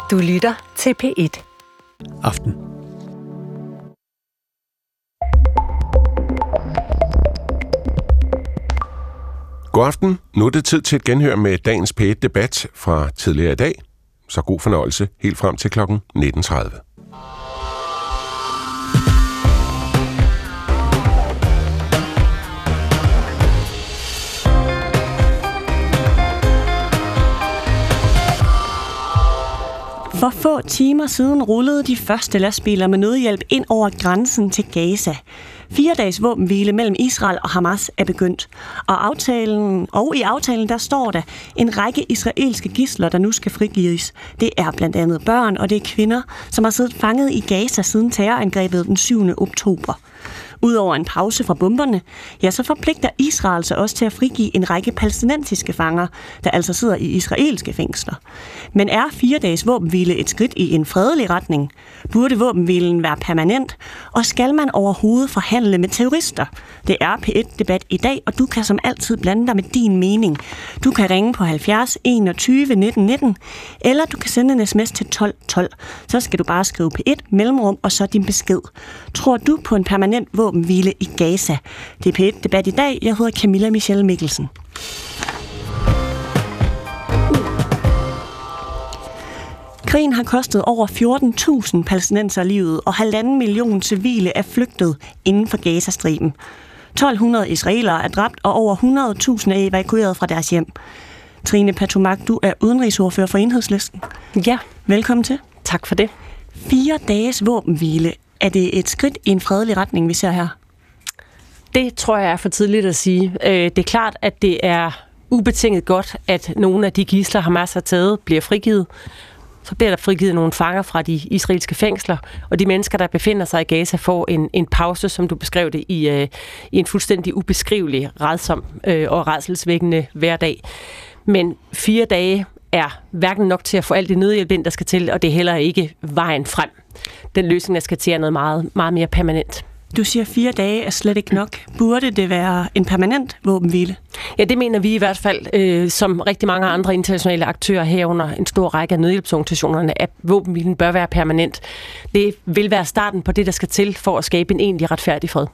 Du lytter til P1. Aften. God aften. Nu er det tid til et genhør med dagens P1-debat fra tidligere i dag. Så god fornøjelse helt frem til klokken 19.30. For få timer siden rullede de første lastbiler med nødhjælp ind over grænsen til Gaza. 4 dages våbenhvile mellem Israel og Hamas er begyndt. Og i aftalen der står der en række israelske gidsler, der nu skal frigives. Det er blandt andet børn, og det er kvinder, som har siddet fanget i Gaza siden terrorangrebet den 7. oktober. Udover en pause fra bomberne, ja, så forpligter Israel sig også til at frigive en række palæstinensiske fanger, der altså sidder i israelske fængsler. Men er 4 dages våbenhvile et skridt i en fredelig retning? Burde våbenhvilen være permanent? Og skal man overhovedet forhandle med terrorister? Det er P1-debat i dag, og du kan som altid blande dig med din mening. Du kan ringe på 70 21 19 19, eller du kan sende en sms til 12 12. Så skal du bare skrive P1 mellemrum og så din besked. Tror du på en permanent våbenhvile i Gaza? Det er P1-debat i dag. Jeg hedder Camilla Michelle Mikkelsen. Krigen har kostet over 14.000 palæstinenser livet, og 1,5 million civile er flygtet inden for Gazastriben. 1.200 israelere er dræbt, og over 100.000 er evakueret fra deres hjem. Trine Patomak, du er udenrigsordfører for Enhedslisten. Ja. Velkommen til. Tak for det. 4 dages våbenhvile. Er det et skridt i en fredelig retning, vi ser her? Det tror jeg er for tidligt at sige. Det er klart, at det er ubetinget godt, at nogle af de gidsler, Hamas har taget, bliver frigivet. Så bliver der frigivet nogle fanger fra de israelske fængsler, og de mennesker, der befinder sig i Gaza, får en pause, som du beskrev det, i en fuldstændig ubeskrivelig, rædsom og rædselsvækkende hverdag. Men 4 dage er hverken nok til at få alt det nødhjælp ind, der skal til, og det er heller ikke vejen frem. Den løsning, der skal til, er noget meget, meget mere permanent. Du siger 4 dage er slet ikke nok. Burde det være en permanent våbenhvile? Ja, det mener vi i hvert fald, som rigtig mange andre internationale aktører herunder en stor række af nødhjælpsorganisationerne, at våbenhvilen bør være permanent. Det vil være starten på det, der skal til for at skabe en egentlig retfærdig fred.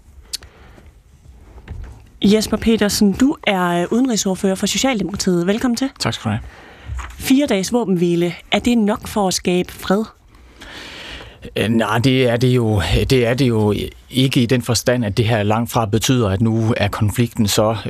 Jesper Petersen, du er udenrigsordfører for Socialdemokratiet. Velkommen til. Tak skal du have. 4 dages våbenhvile, er det nok for at skabe fred? Nej, det er det jo ikke i den forstand, at det her langt fra betyder, at nu er konflikten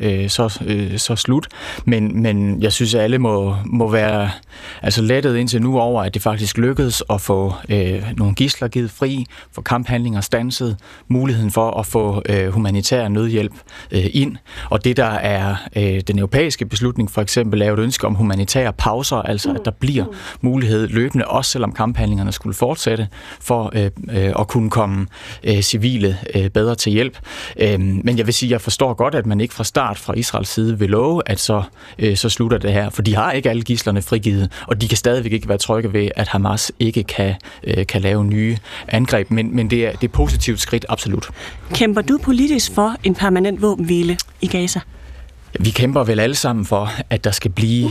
så slut. Men jeg synes, at alle må være lettet indtil nu over, at det faktisk lykkedes at få nogle gidsler givet fri, få kamphandlinger standset, muligheden for at få humanitær nødhjælp ind. Og det, der er den europæiske beslutning, for eksempel, er jo et ønske om humanitære pauser, altså at der bliver mulighed løbende, også selvom kamphandlingerne skulle fortsætte, for at kunne komme civile bedre til hjælp. Men jeg vil sige, at jeg forstår godt, at man ikke fra start fra Israels side vil love, at så slutter det her, for de har ikke alle gidslerne frigivet, og de kan stadigvæk ikke være trygge ved, at Hamas ikke kan lave nye angreb, men det er positivt skridt, absolut. Kæmper du politisk for en permanent våbenhvile i Gaza? Vi kæmper vel alle sammen for, at der skal blive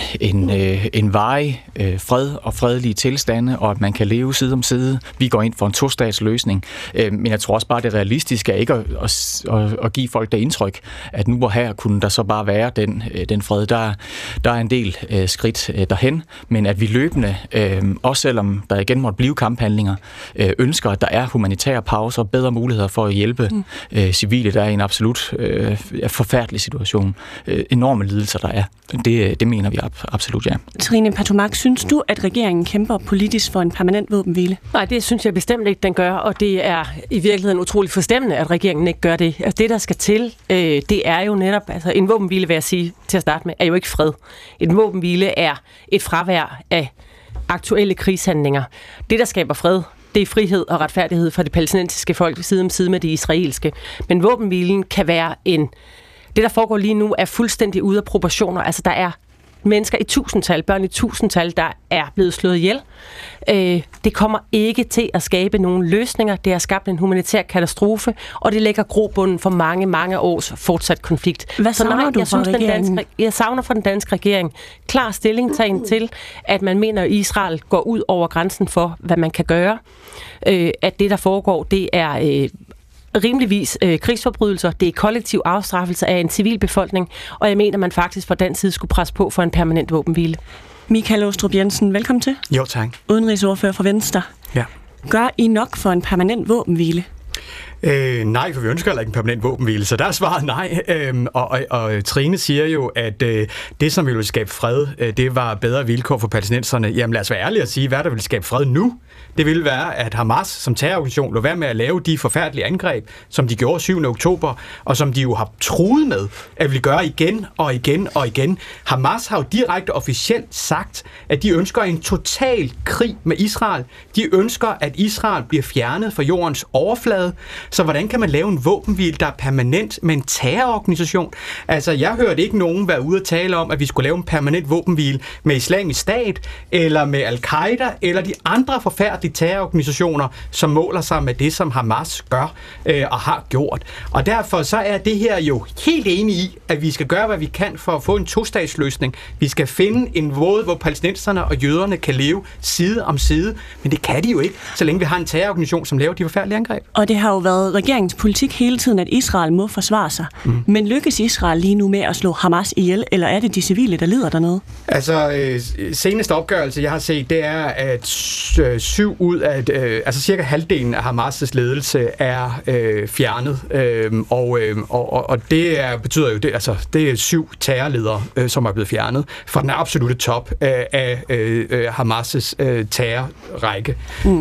en varig fred og fredelige tilstande, og at man kan leve side om side. Vi går ind for en 2-statsløsning, men jeg tror også bare, det realistiske er ikke at give folk det indtryk, at nu og her kunne der så bare være den fred. Der er en del skridt derhen, men at vi løbende, også selvom der igen måtte blive kamphandlinger, ønsker, at der er humanitære pauser, bedre muligheder for at hjælpe civile, der er i en absolut forfærdelig situation. Enorme lidelser, der er. Det mener vi absolut, ja. Trine Patomak, synes du, at regeringen kæmper politisk for en permanent våbenhvile? Nej, det synes jeg bestemt ikke, den gør, og det er i virkeligheden utroligt forstemmende, at regeringen ikke gør det. Altså det, der skal til, det er jo netop, altså en våbenhvile, vil jeg sige til at starte med, er jo ikke fred. En våbenhvile er et fravær af aktuelle krigshandlinger. Det, der skaber fred, det er frihed og retfærdighed for det palæstinensiske folk side om side med det israelske. Men våbenhvilen kan være det, der foregår lige nu, er fuldstændig ude af proportioner. Altså, der er mennesker i tusindtal, børn i tusindtal, der er blevet slået ihjel. Det kommer ikke til at skabe nogen løsninger. Det har skabt en humanitær katastrofe, og det lægger grobunden for mange, mange års fortsat konflikt. Hvad savner du fra regeringen? Jeg savner fra den danske regering klar stillingtagen til, at man mener, at Israel går ud over grænsen for, hvad man kan gøre. At det, der foregår, det er rimeligvis krigsforbrydelser. Det er kollektiv afstraffelse af en civilbefolkning, og jeg mener, man faktisk fra den side skulle presse på for en permanent våbenhvile. Michael Aastrup Jensen, velkommen til. Jo, tak. Udenrigsordfører fra Venstre. Ja. Gør I nok for en permanent våbenhvile? Nej, for vi ønsker heller ikke en permanent våbenhvile, så der er svaret nej. Og Trine siger jo, at det, som ville skabe fred, det var bedre vilkår for palæstinenserne. Jamen lad os være ærlige og sige, hvad der vil skabe fred nu. Det ville være, at Hamas som terrororganisation lå være med at lave de forfærdelige angreb, som de gjorde 7. oktober, og som de jo har truet med, at ville gøre igen og igen og igen. Hamas har jo direkte officielt sagt, at de ønsker en total krig med Israel. De ønsker, at Israel bliver fjernet fra jordens overflade. Så hvordan kan man lave en våbenhvile, der er permanent med en terrororganisation? Altså, jeg hørte ikke nogen være ude at tale om, at vi skulle lave en permanent våbenhvile med Islamisk Stat, eller med Al-Qaida, eller de andre forfærdelige terrororganisationer, som måler sig med det, som Hamas gør og har gjort. Og derfor så er det her jo helt enig i, at vi skal gøre, hvad vi kan for at få en tostatsløsning. Vi skal finde en måde, hvor palæstinenserne og jøderne kan leve side om side, men det kan de jo ikke, så længe vi har en terrororganisation, som laver de forfærdelige angreb. Og det har jo været regeringens politik hele tiden, at Israel må forsvare sig. Men lykkes Israel lige nu med at slå Hamas ihjel, eller er det de civile, der lider dernede? Altså, seneste opgørelse, jeg har set, det er, at 7 ud af, altså cirka halvdelen af Hamas' ledelse er fjernet. Og det betyder jo, det er 7 terrorledere, som er blevet fjernet fra den absolutte top af Hamas' terrorrække.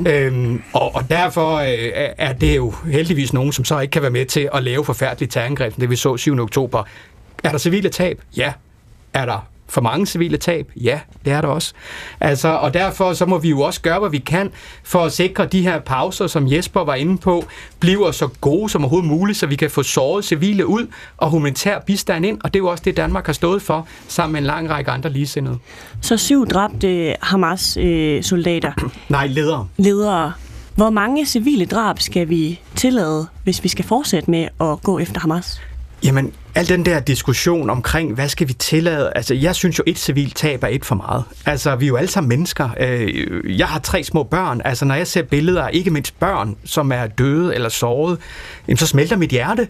Og derfor er det jo heldigvis nogen, som så ikke kan være med til at lave forfærdelige terrorangreb, det vi så 7. oktober. Er der civile tab? Ja. Er der for mange civile tab? Ja, det er der også. Altså, og derfor så må vi jo også gøre, hvad vi kan for at sikre de her pauser, som Jesper var inde på, bliver så gode som overhovedet muligt, så vi kan få såret civile ud og humanitær bistand ind, og det er jo også det, Danmark har stået for, sammen med en lang række andre ligesindede. Så 7 dræbte Hamas-soldater? Nej, Ledere. Hvor mange civile drab skal vi tillade, hvis vi skal fortsætte med at gå efter Hamas? Jamen, al den der diskussion omkring, hvad skal vi tillade? Altså, jeg synes jo, et civilt tab er et for meget. Altså, vi er jo alle sammen mennesker. Jeg har 3 små børn. Altså, når jeg ser billeder af ikke mindst børn, som er døde eller såret, så smelter mit hjerte.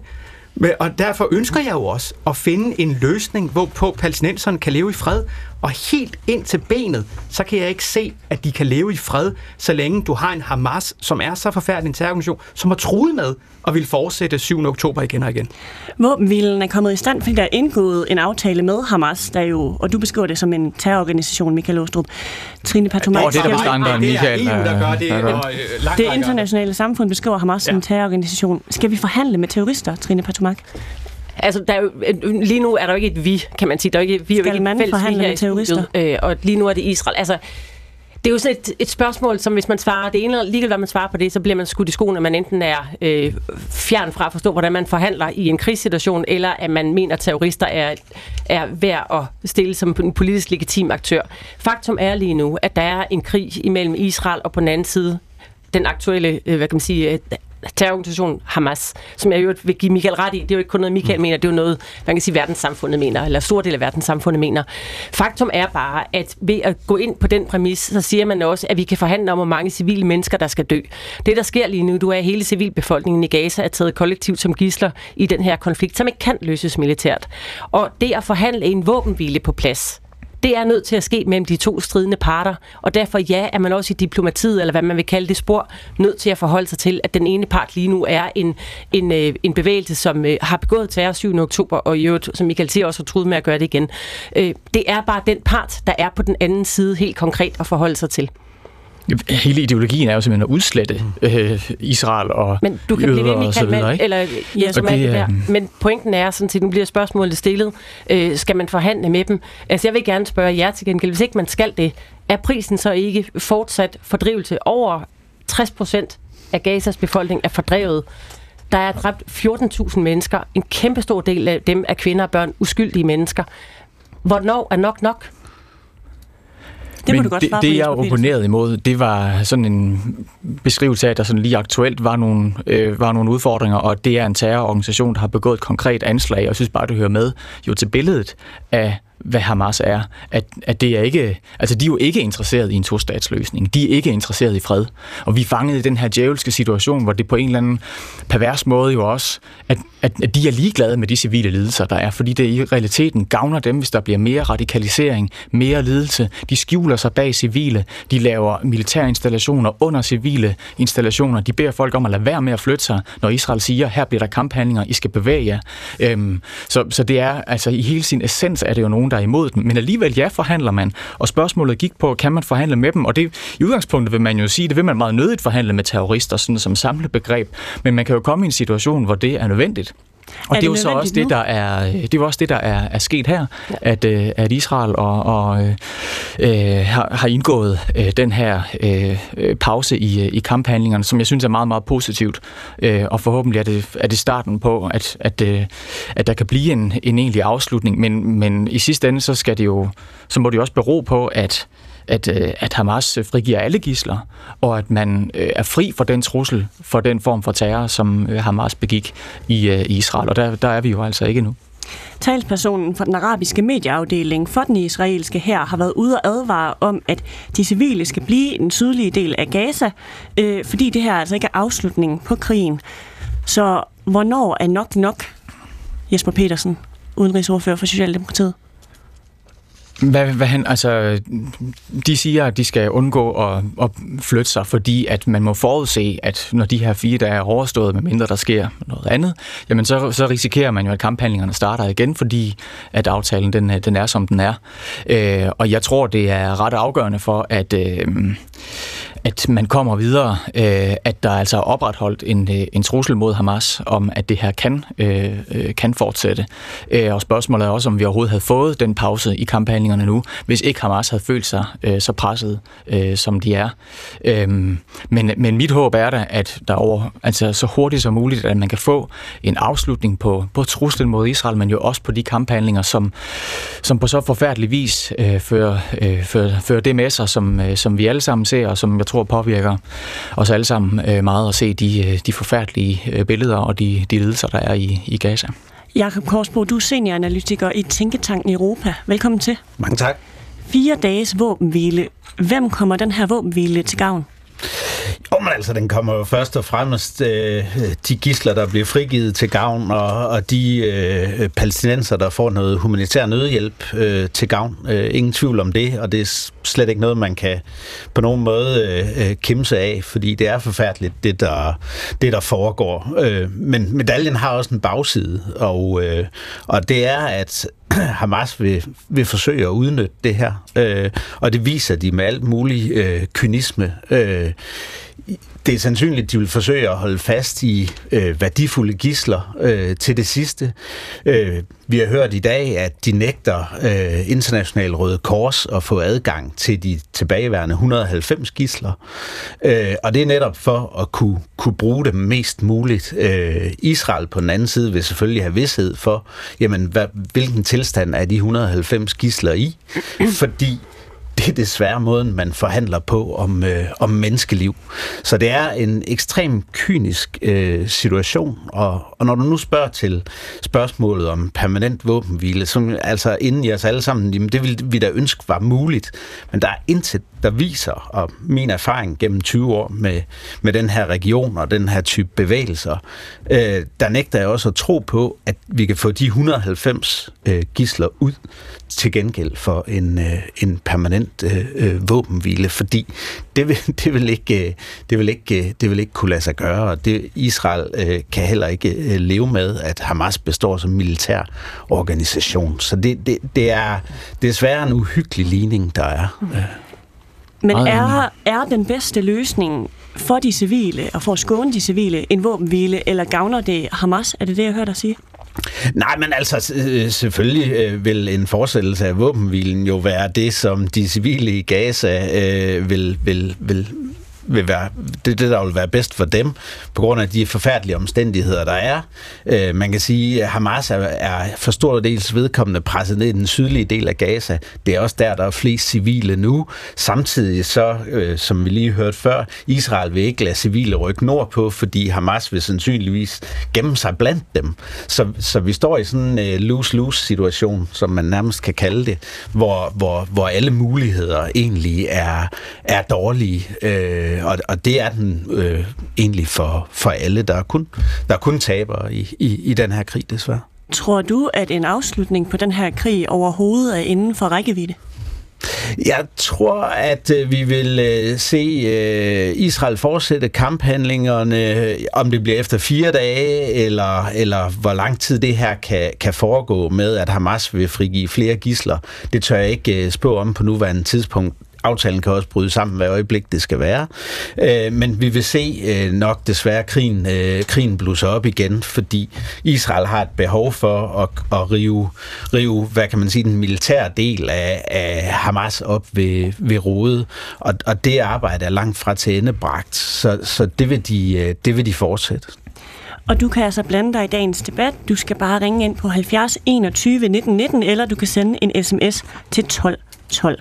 Og derfor ønsker jeg jo også at finde en løsning, hvorpå palæstinenserne kan leve i fred. Og helt ind til benet, så kan jeg ikke se, at de kan leve i fred, så længe du har en Hamas, som er så forfærdelig en terrororganisation, som har truet med og vil fortsætte 7. oktober igen og igen. Våbenhvilen er kommet i stand, fordi der er indgået en aftale med Hamas, der jo, og du beskriver det som en terrororganisation, Michael Aastrup. Trine Patomak. Det er der standard, Michael. Det er EU, der gør det. Og det internationale samfund beskriver Hamas som en terrororganisation. Skal vi forhandle med terrorister, Trine Patomak? Altså, der er jo, lige nu er der jo ikke et vi, kan man sige. Der er ikke, vi er jo ikke fælles forhandle med terrorister? Og lige nu er det Israel. Altså, det er jo sådan et spørgsmål, som hvis man svarer det ene, eller ligegyldigt hvad man svarer på det, så bliver man skudt i skoene, at man enten er fjern fra at forstå, hvordan man forhandler i en krigssituation, eller at man mener, at terrorister er værd at stille som en politisk legitim aktør. Faktum er lige nu, at der er en krig imellem Israel og på den anden side den aktuelle, hvad kan man sige, terrororganisation Hamas, som jeg jo vil give Michael ret i. Det er jo ikke kun noget, Michael mener, det er jo noget, man kan sige, verdenssamfundet mener, eller stor del af verdenssamfundet mener. Faktum er bare, at ved at gå ind på den præmis, så siger man også, at vi kan forhandle om, hvor mange civile mennesker, der skal dø. Det, der sker lige nu, du er, at hele civilbefolkningen i Gaza er taget kollektivt som gidsler i den her konflikt, som ikke kan løses militært. Og det at forhandle en våbenhvile på plads, det er nødt til at ske mellem de 2 stridende parter, og derfor er man også i diplomatiet, eller hvad man vil kalde det spor, nødt til at forholde sig til, at den ene part lige nu er en bevægelse, som har begået terror 7. oktober, og i øvrigt, som Michael siger, også har truet med at gøre det igen. Det er bare den part, der er på den anden side helt konkret at forholde sig til. Hele ideologien er jo simpelthen at udslette Israel og men du kan blive ved, og så videre, ikke? Eller, ja, som det, der. Men pointen er sådan set, nu bliver spørgsmålet stillet, skal man forhandle med dem? Altså jeg vil gerne spørge jer til gengæld, hvis ikke man skal det, er prisen så ikke fortsat fordrivelse? Over 60% af Gazas befolkning er fordrevet. Der er dræbt 14.000 mennesker. En kæmpestor del af dem er kvinder og børn, uskyldige mennesker. Hvornår er nok nok? Det må du godt svare på. Det jeg opponerede imod, det var sådan en beskrivelse af, at der sådan lige aktuelt var nogle udfordringer, og det er en terrororganisation, der har begået et konkret anslag. Jeg synes bare, det hører med jo til billedet af, hvad Hamas er, at det er ikke, altså de er jo ikke interesseret i en tostatsløsning. De er ikke interesseret i fred. Og vi er fanget i den her djævelske situation, hvor det på en eller anden pervers måde jo også, at de er ligeglade med de civile lidelser, der er, fordi det i realiteten gavner dem, hvis der bliver mere radikalisering, mere lidelse. De skjuler sig bag civile, de laver militære installationer under civile installationer, de beder folk om at lade være med at flytte sig, når Israel siger, her bliver der kamphandlinger, I skal bevæge jer. Så det er, altså i hele sin essens er det jo nogen, der er imod dem, men alligevel forhandler man, og spørgsmålet gik på, kan man forhandle med dem, og det i udgangspunktet vil man jo sige, det vil man meget nødigt forhandle med terrorister, sådan som samlebegreb, men man kan jo komme i en situation, hvor det er nødvendigt. Og det er jo så også det, der er sket her, at Israel har indgået den her pause i kamphandlingerne, som jeg synes er meget, meget positivt. Og forhåbentlig er det starten på, at der kan blive en egentlig afslutning. Men i sidste ende, så må det jo også bero på, at Hamas frigiver alle gidsler, og at man er fri for den trussel, for den form for terror, som Hamas begik i Israel. Og der er vi jo altså ikke nu. Talspersonen for den arabiske medieafdeling for den israelske hær har været ude og advare om, at de civile skal blive i den sydlige del af Gaza, fordi det her altså ikke er afslutningen på krigen. Så hvornår er nok? Jesper Petersen, udenrigsordfører for Socialdemokratiet. De siger, at de skal undgå at flytte sig, fordi at man må forudse, at når de her 4 dage er overstået, medmindre der sker noget andet, jamen så risikerer man jo, at kamphandlingerne starter igen, fordi at aftalen den er, som den er. Og jeg tror, det er ret afgørende for, at man kommer videre, at der altså er opretholdt en trussel mod Hamas om, at det her kan fortsætte. Og spørgsmålet er også, om vi overhovedet havde fået den pause i kamphandlingerne nu, hvis ikke Hamas havde følt sig så presset, som de er. Men mit håb er da, at der altså så hurtigt som muligt, at man kan få en afslutning på truslen mod Israel, men jo også på de kamphandlinger, som på så forfærdelig vis fører det med sig, som vi alle sammen ser, og som jeg tror påvirker os alle sammen meget at se de forfærdelige billeder og de lidelser, der er i Gaza. Jakob Korsbo, du er senioranalytiker i Tænketanken Europa. Velkommen til. Mange tak. 4 dages våbenhvile. Hvem kommer den her våbenhvile til gavn? Men altså, den kommer jo først og fremmest de gidsler, der bliver frigivet til gavn, og de palæstinenser, der får noget humanitær nødhjælp til gavn. Ingen tvivl om det, og det er slet ikke noget, man kan på nogen måde kimse af, fordi det er forfærdeligt, det der foregår. Men medaljen har også en bagside, og det er, at Hamas vil forsøge at udnytte det her, og det viser de med alt mulig kynisme. Det er sandsynligt, at de vil forsøge at holde fast i værdifulde gidsler til det sidste. Vi har hørt i dag, at de nægter International Røde Kors at få adgang til de tilbageværende 190 gidsler. Og det er netop for at kunne bruge dem mest muligt. Israel på den anden side vil selvfølgelig have vished for, jamen, hvilken tilstand er de 190 gidsler i, fordi det er desværre måden, man forhandler på om menneskeliv. Så det er en ekstrem kynisk situation, og når du nu spørger til spørgsmålet om permanent våbenhvile, som altså inden i os alle sammen, jamen det ville vi da ønske var muligt, men der er intet, der viser, og min erfaring gennem 20 år med den her region og den her type bevægelser, der nægter jeg også at tro på, at vi kan få de 190 gidsler ud til gengæld for en permanent våbenhvile, fordi det vil ikke kunne lade sig gøre, og det Israel kan heller ikke leve med, at Hamas består som militær organisation. Så det er desværre en uhyggelig ligning, der er. Men er den bedste løsning for de civile og for at skåne de civile en våbenhvile, eller gavner det Hamas? Er det det, jeg hørte dig sige? Nej, men altså selvfølgelig vil en fortsættelse af våbenhvilen jo være det, som de civile i Gaza vil vil være det, der vil være bedst for dem, på grund af de forfærdelige omstændigheder, der er. Man kan sige, at Hamas er for stor dels vedkommende presset ned i den sydlige del af Gaza. Det er også der er flest civile nu. Samtidig så, som vi lige hørte før, Israel vil ikke lade civile rykke nordpå, fordi Hamas vil sandsynligvis gemme sig blandt dem. Så vi står i sådan en lose-lose situation, som man nærmest kan kalde det, hvor alle muligheder egentlig er dårlige. Og det er den egentlig for alle. Der er kun tabere i den her krig, desværre. Tror du, at en afslutning på den her krig overhovedet er inden for rækkevidde? Jeg tror, at vi vil se Israel fortsætte kamphandlingerne, om det bliver efter 4 dage, eller hvor lang tid det her kan foregå med, at Hamas vil frigive flere gidsler. Det tør jeg ikke spå om på nuværende tidspunkt. Aftalen kan også bryde sammen, hvad øjeblik det skal være. Men vi vil se nok desværre krigen blusser op igen, fordi Israel har et behov for at rive, hvad kan man sige, den militære del af Hamas op ved rodet. Og det arbejde er langt fra til endebragt, så det vil de fortsætte. Og du kan altså blande dig i dagens debat. Du skal bare ringe ind på 70 21 19 19, eller du kan sende en sms til 12 12.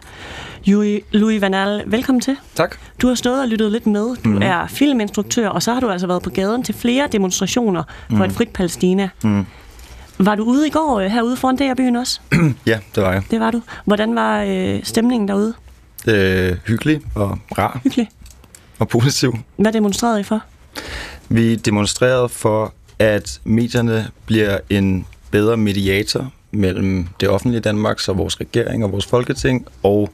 Louis Van Al, velkommen til. Tak. Du har stået og lyttet lidt med. Du er filminstruktør, og så har du altså været på gaden til flere demonstrationer for et frit Palæstina. Var du ude i går herude foran DR-byen også? Ja, det var jeg. Det var du. Hvordan var stemningen derude? Hyggelig og rar. Hyggelig. Og positiv. Hvad demonstrerede I for? Vi demonstrerede for, at medierne bliver en bedre mediator mellem det offentlige Danmark, så vores regering og vores folketing og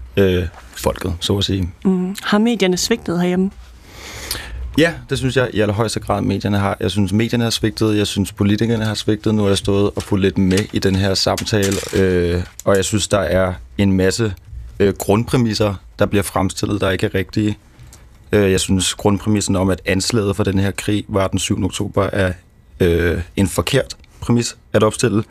folket, så at sige. Har medierne svigtet herhjemme? Ja, det synes jeg i allerhøjeste grad, medierne har. Jeg synes, medierne har svigtet. Jeg synes, politikerne har svigtet. Nu er jeg stået og fulgt lidt med i den her samtale, og jeg synes, der er en masse grundpræmisser, der bliver fremstillet, der ikke er rigtige. Jeg synes, grundpræmissen om, at anslaget for den her krig var den 7. oktober, er en forkert præmis at opstille.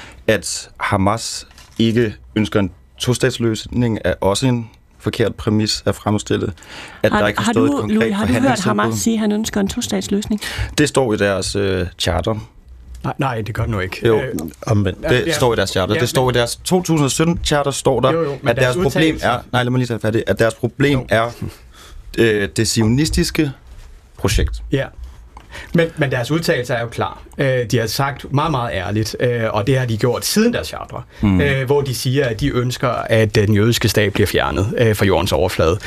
At Hamas ikke ønsker en tostatsløsning er også en forkert præmis at fremstille. At der ikke har stået et konkret har du hørt Hamas sige, at han ønsker en tostatsløsning? Det står i deres charter. Nej, det gør det nu ikke. Jo, det står i deres charter. Det står i deres 2017 charter, står der, at deres problem er... Nej, lad mig lige tage fat i. At deres problem er det zionistiske projekt. Ja. Men deres udtalelser er jo klar. De har sagt meget, meget ærligt, og det har de gjort siden deres charter, hvor de siger, at de ønsker, at den jødiske stat bliver fjernet fra jordens overflade.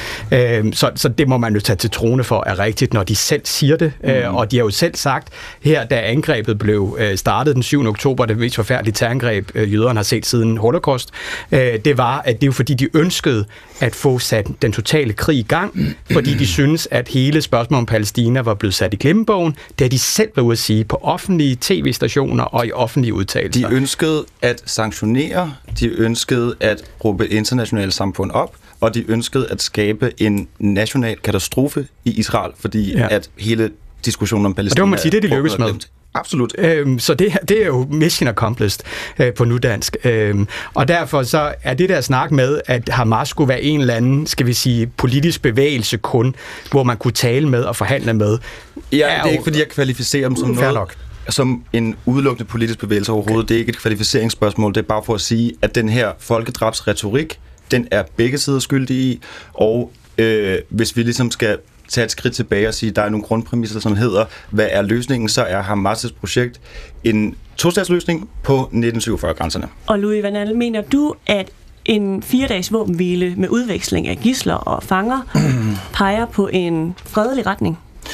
Så det må man jo tage til trone for er rigtigt, når de selv siger det. Og de har jo selv sagt, her da angrebet blev startet den 7. oktober, det mest forfærdelige terrorangreb, jøderne har set siden Holocaust, det var, at det var fordi, de ønskede at få sat den totale krig i gang, fordi de synes, at hele spørgsmålet om Palæstina var blevet sat i glemmebogen. Det har de selv været ude at sige på offentlige tv-stationer og i offentlige udtalelser. De ønskede at sanktionere, de ønskede at råbe et internationalt samfund op, og de ønskede at skabe en national katastrofe i Israel, fordi at hele diskussionen om Palæstina... Og det må man sige, det de lykkes med. Absolut. Så det er jo mission accomplished på nudansk. Og derfor så er det der snak med, at Hamas skulle være en eller anden, skal vi sige, politisk bevægelse kun, hvor man kunne tale med og forhandle med. Ja, det er ikke fordi, jeg kvalificerer dem som noget, som en udelukkende politisk bevægelse overhovedet. Okay. Det er ikke et kvalificeringsspørgsmål, det er bare for at sige, at den her folkedrabsretorik, den er begge sider skyldige i, og hvis vi ligesom skal tage et skridt tilbage og sige, at der er nogle grundpræmisser, som hedder, hvad er løsningen, så er Hamas' projekt en tostatsløsning på 1947-grænserne. Og Louis Van Al, mener du, at en 4-dages våbenhvile med udveksling af gidsler og fanger peger på en fredelig retning?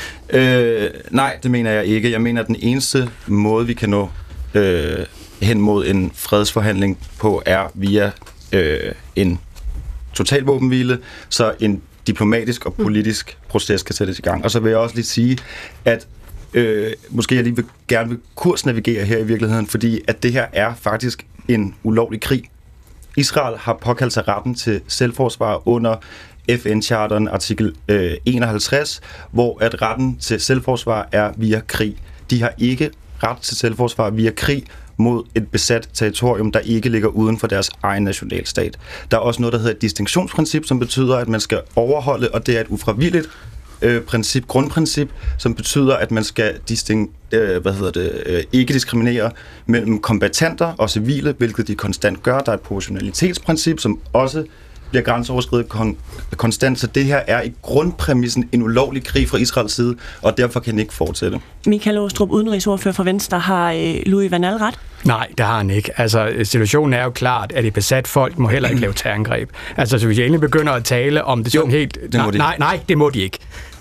Nej, det mener jeg ikke. Jeg mener, at den eneste måde, vi kan nå hen mod en fredsforhandling på, er via en total våbenhvile, så en diplomatisk og politisk proces kan sættes i gang. Og så vil jeg også lige sige, at måske jeg lige gerne vil kursnavigere her i virkeligheden, fordi at det her er faktisk en ulovlig krig. Israel har påkaldt sig retten til selvforsvar under FN-charteren artikel 51, hvor at retten til selvforsvar er via krig. De har ikke ret til selvforsvar via krig mod et besat territorium, der ikke ligger uden for deres egen nationalstat. Der er også noget, der hedder et distinktionsprincip, som betyder, at man skal overholde, og det er et ufravilligt grundprincip, som betyder, at man skal ikke diskriminere mellem kombattanter og civile, hvilket de konstant gør. Der er et proportionalitetsprincip, som også bliver grænseoverskridet konstant, så det her er i grundpræmissen en ulovlig krig fra Israels side, og derfor kan den ikke fortsætte. Michael Aastrup, udenrigsordfører for Venstre, har Louis van Gaal ret? Nej, det har han ikke. Altså, situationen er jo klart, at et besat folk må heller ikke lave terrorangreb. Altså, så hvis jeg endelig begynder at tale om det sådan helt... Nej, det må de ikke.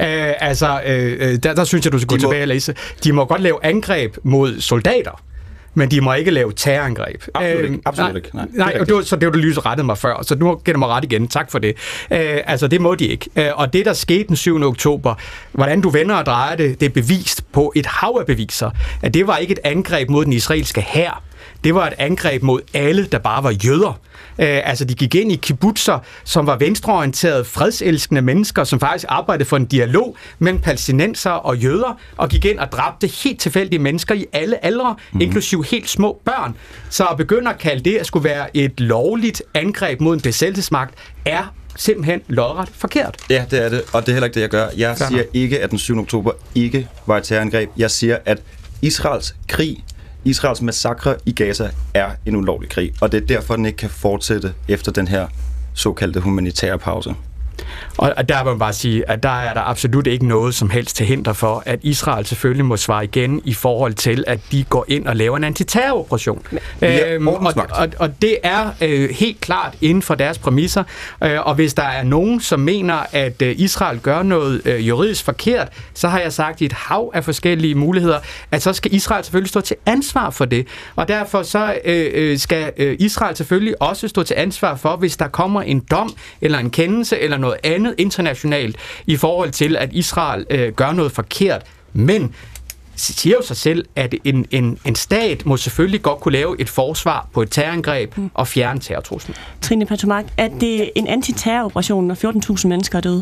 Der synes jeg, du skal gå tilbage og læse. De må godt lave angreb mod soldater, men de må ikke lave terrorangreb. Absolut ikke. Nej, så det var du lige så rettet mig før, så nu giver du mig ret igen. Tak for det. Det må de ikke. Og det, der skete den 7. oktober, hvordan du vender og drejer det, det er bevist på et hav af beviser, at det var ikke et angreb mod den israelske hær. Det var et angreb mod alle, der bare var jøder. De gik ind i kibbutzer, som var venstreorienterede, fredselskende mennesker, som faktisk arbejdede for en dialog mellem palæstinenser og jøder, og gik ind og dræbte helt tilfældige mennesker i alle aldre, inklusive helt små børn. Så at begynde at kalde det at skulle være et lovligt angreb mod en besættelsesmagt, er simpelthen lodret forkert. Ja, det er det, og det er heller ikke det, jeg gør. Jeg siger ikke, at den 7. oktober ikke var et terrorangreb. Jeg siger, at Israels massakre i Gaza er en ulovlig krig, og det er derfor, den ikke kan fortsætte efter den her såkaldte humanitære pause. Og der må man bare sige, at der er der absolut ikke noget som helst til hinder for, at Israel selvfølgelig må svare igen i forhold til, at de går ind og laver en antiterroroperation. Og det er helt klart inden for deres præmisser. Og hvis der er nogen, som mener, at Israel gør noget juridisk forkert, så har jeg sagt i et hav af forskellige muligheder, at så skal Israel selvfølgelig stå til ansvar for det. Og derfor så skal Israel selvfølgelig også stå til ansvar for, hvis der kommer en dom eller en kendelse eller noget andet internationalt i forhold til, at Israel gør noget forkert. Men siger jo sig selv, at en stat må selvfølgelig godt kunne lave et forsvar på et terrorangreb og fjerne terrortruslen. Trine Patomak, er det en antiterroroperation, når 14.000 mennesker er døde?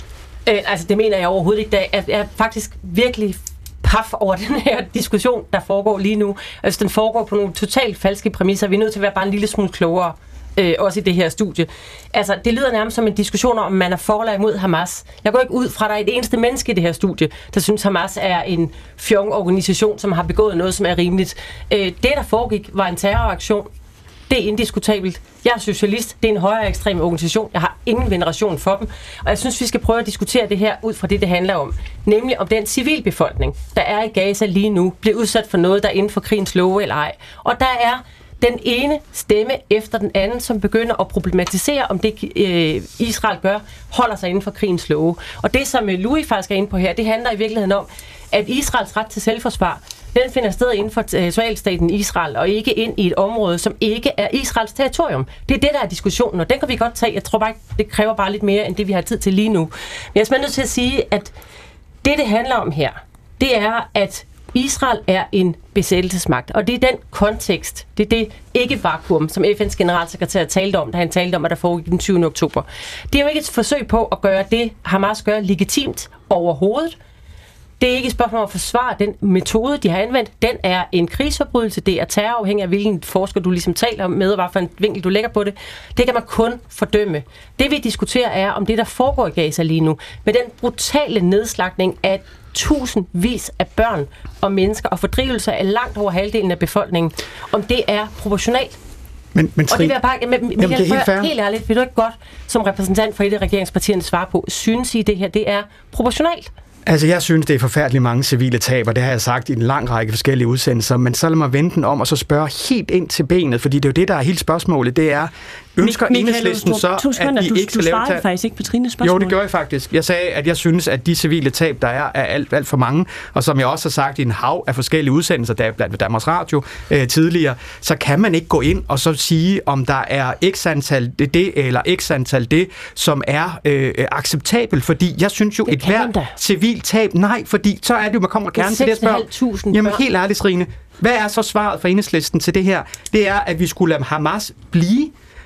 Det mener jeg overhovedet ikke. Jeg er faktisk virkelig paf over den her diskussion, der foregår lige nu. Altså, den foregår på nogle totalt falske præmisser. Vi er nødt til at være bare en lille smule klogere. Også i det her studie. Altså, det lyder nærmest som en diskussion om man er for eller imod Hamas. Jeg går ikke ud fra, at der er et eneste menneske i det her studie, der synes, Hamas er en fjong organisation, som har begået noget, som er rimeligt. Det, der foregik, var en terroraktion. Det er indiskutabelt. Jeg er socialist. Det er en højere ekstrem organisation. Jeg har ingen veneration for dem. Og jeg synes, vi skal prøve at diskutere det her ud fra det handler om. Nemlig om den civilbefolkning, der er i Gaza lige nu, bliver udsat for noget, der er inden for krigens love eller ej. Og der er den ene stemme efter den anden, som begynder at problematisere, om det Israel gør, holder sig inden for krigens love. Og det, som Louis faktisk er inde på her, det handler i virkeligheden om, at Israels ret til selvforsvar, den finder sted inden for territorialstaten Israel, og ikke ind i et område, som ikke er Israels territorium. Det er det, der er diskussionen, og den kan vi godt tage. Jeg tror bare, det kræver bare lidt mere, end det vi har tid til lige nu. Men jeg er simpelthen nødt til at sige, at det handler om her, det er, at Israel er en besættelsesmagt, og det er den kontekst, det er det ikke-vakuum, som FN's generalsekretær talte om, da han talte om, at der foregik den 7. oktober. Det er jo ikke et forsøg på at gøre det, Hamas gør, legitimt overhovedet. Det er ikke et spørgsmål om at forsvare den metode, de har anvendt. Den er en krigsforbrydelse, det er terrorafhængig af, hvilken forsker du ligesom taler med, og hvad for en vinkel du lægger på det. Det kan man kun fordømme. Det vi diskuterer er, om det, der foregår i Gaza lige nu, med den brutale nedslagtning af tusindvis af børn og mennesker og fordrivelse af langt over halvdelen af befolkningen, om det er proportionalt. Men og det vil jeg bare, helt ærligt, vil du ikke godt som repræsentant for et af regeringspartierne svare på, synes I det her, det er proportionalt? Altså, jeg synes, det er forfærdeligt mange civile tab, og det har jeg sagt i en lang række forskellige udsendelser, men så lad mig vende den om og så spørge helt ind til benet, fordi det er jo det, der er hele spørsmålet, det er, ønsker Enhedslisten så, at de ikke skal lave tab? Du svarede faktisk ikke på Trines spørgsmål. Jo, det gjorde jeg faktisk. Jeg sagde, at jeg synes, at de civile tab, der er alt for mange, og som jeg også har sagt i en hav af forskellige udsendelser, der er blandt Danmarks Radio tidligere, så kan man ikke gå ind og så sige, om der er x antal det eller x antal det, som er acceptabelt, fordi jeg synes jo, et hvert civil tab, nej, fordi så er det jo, man kommer gerne til det at spørge. Jamen helt ærligt, Trine, hvad er så svaret for Enhedslisten til det her? Det er, at vi skulle lade Hamas blive.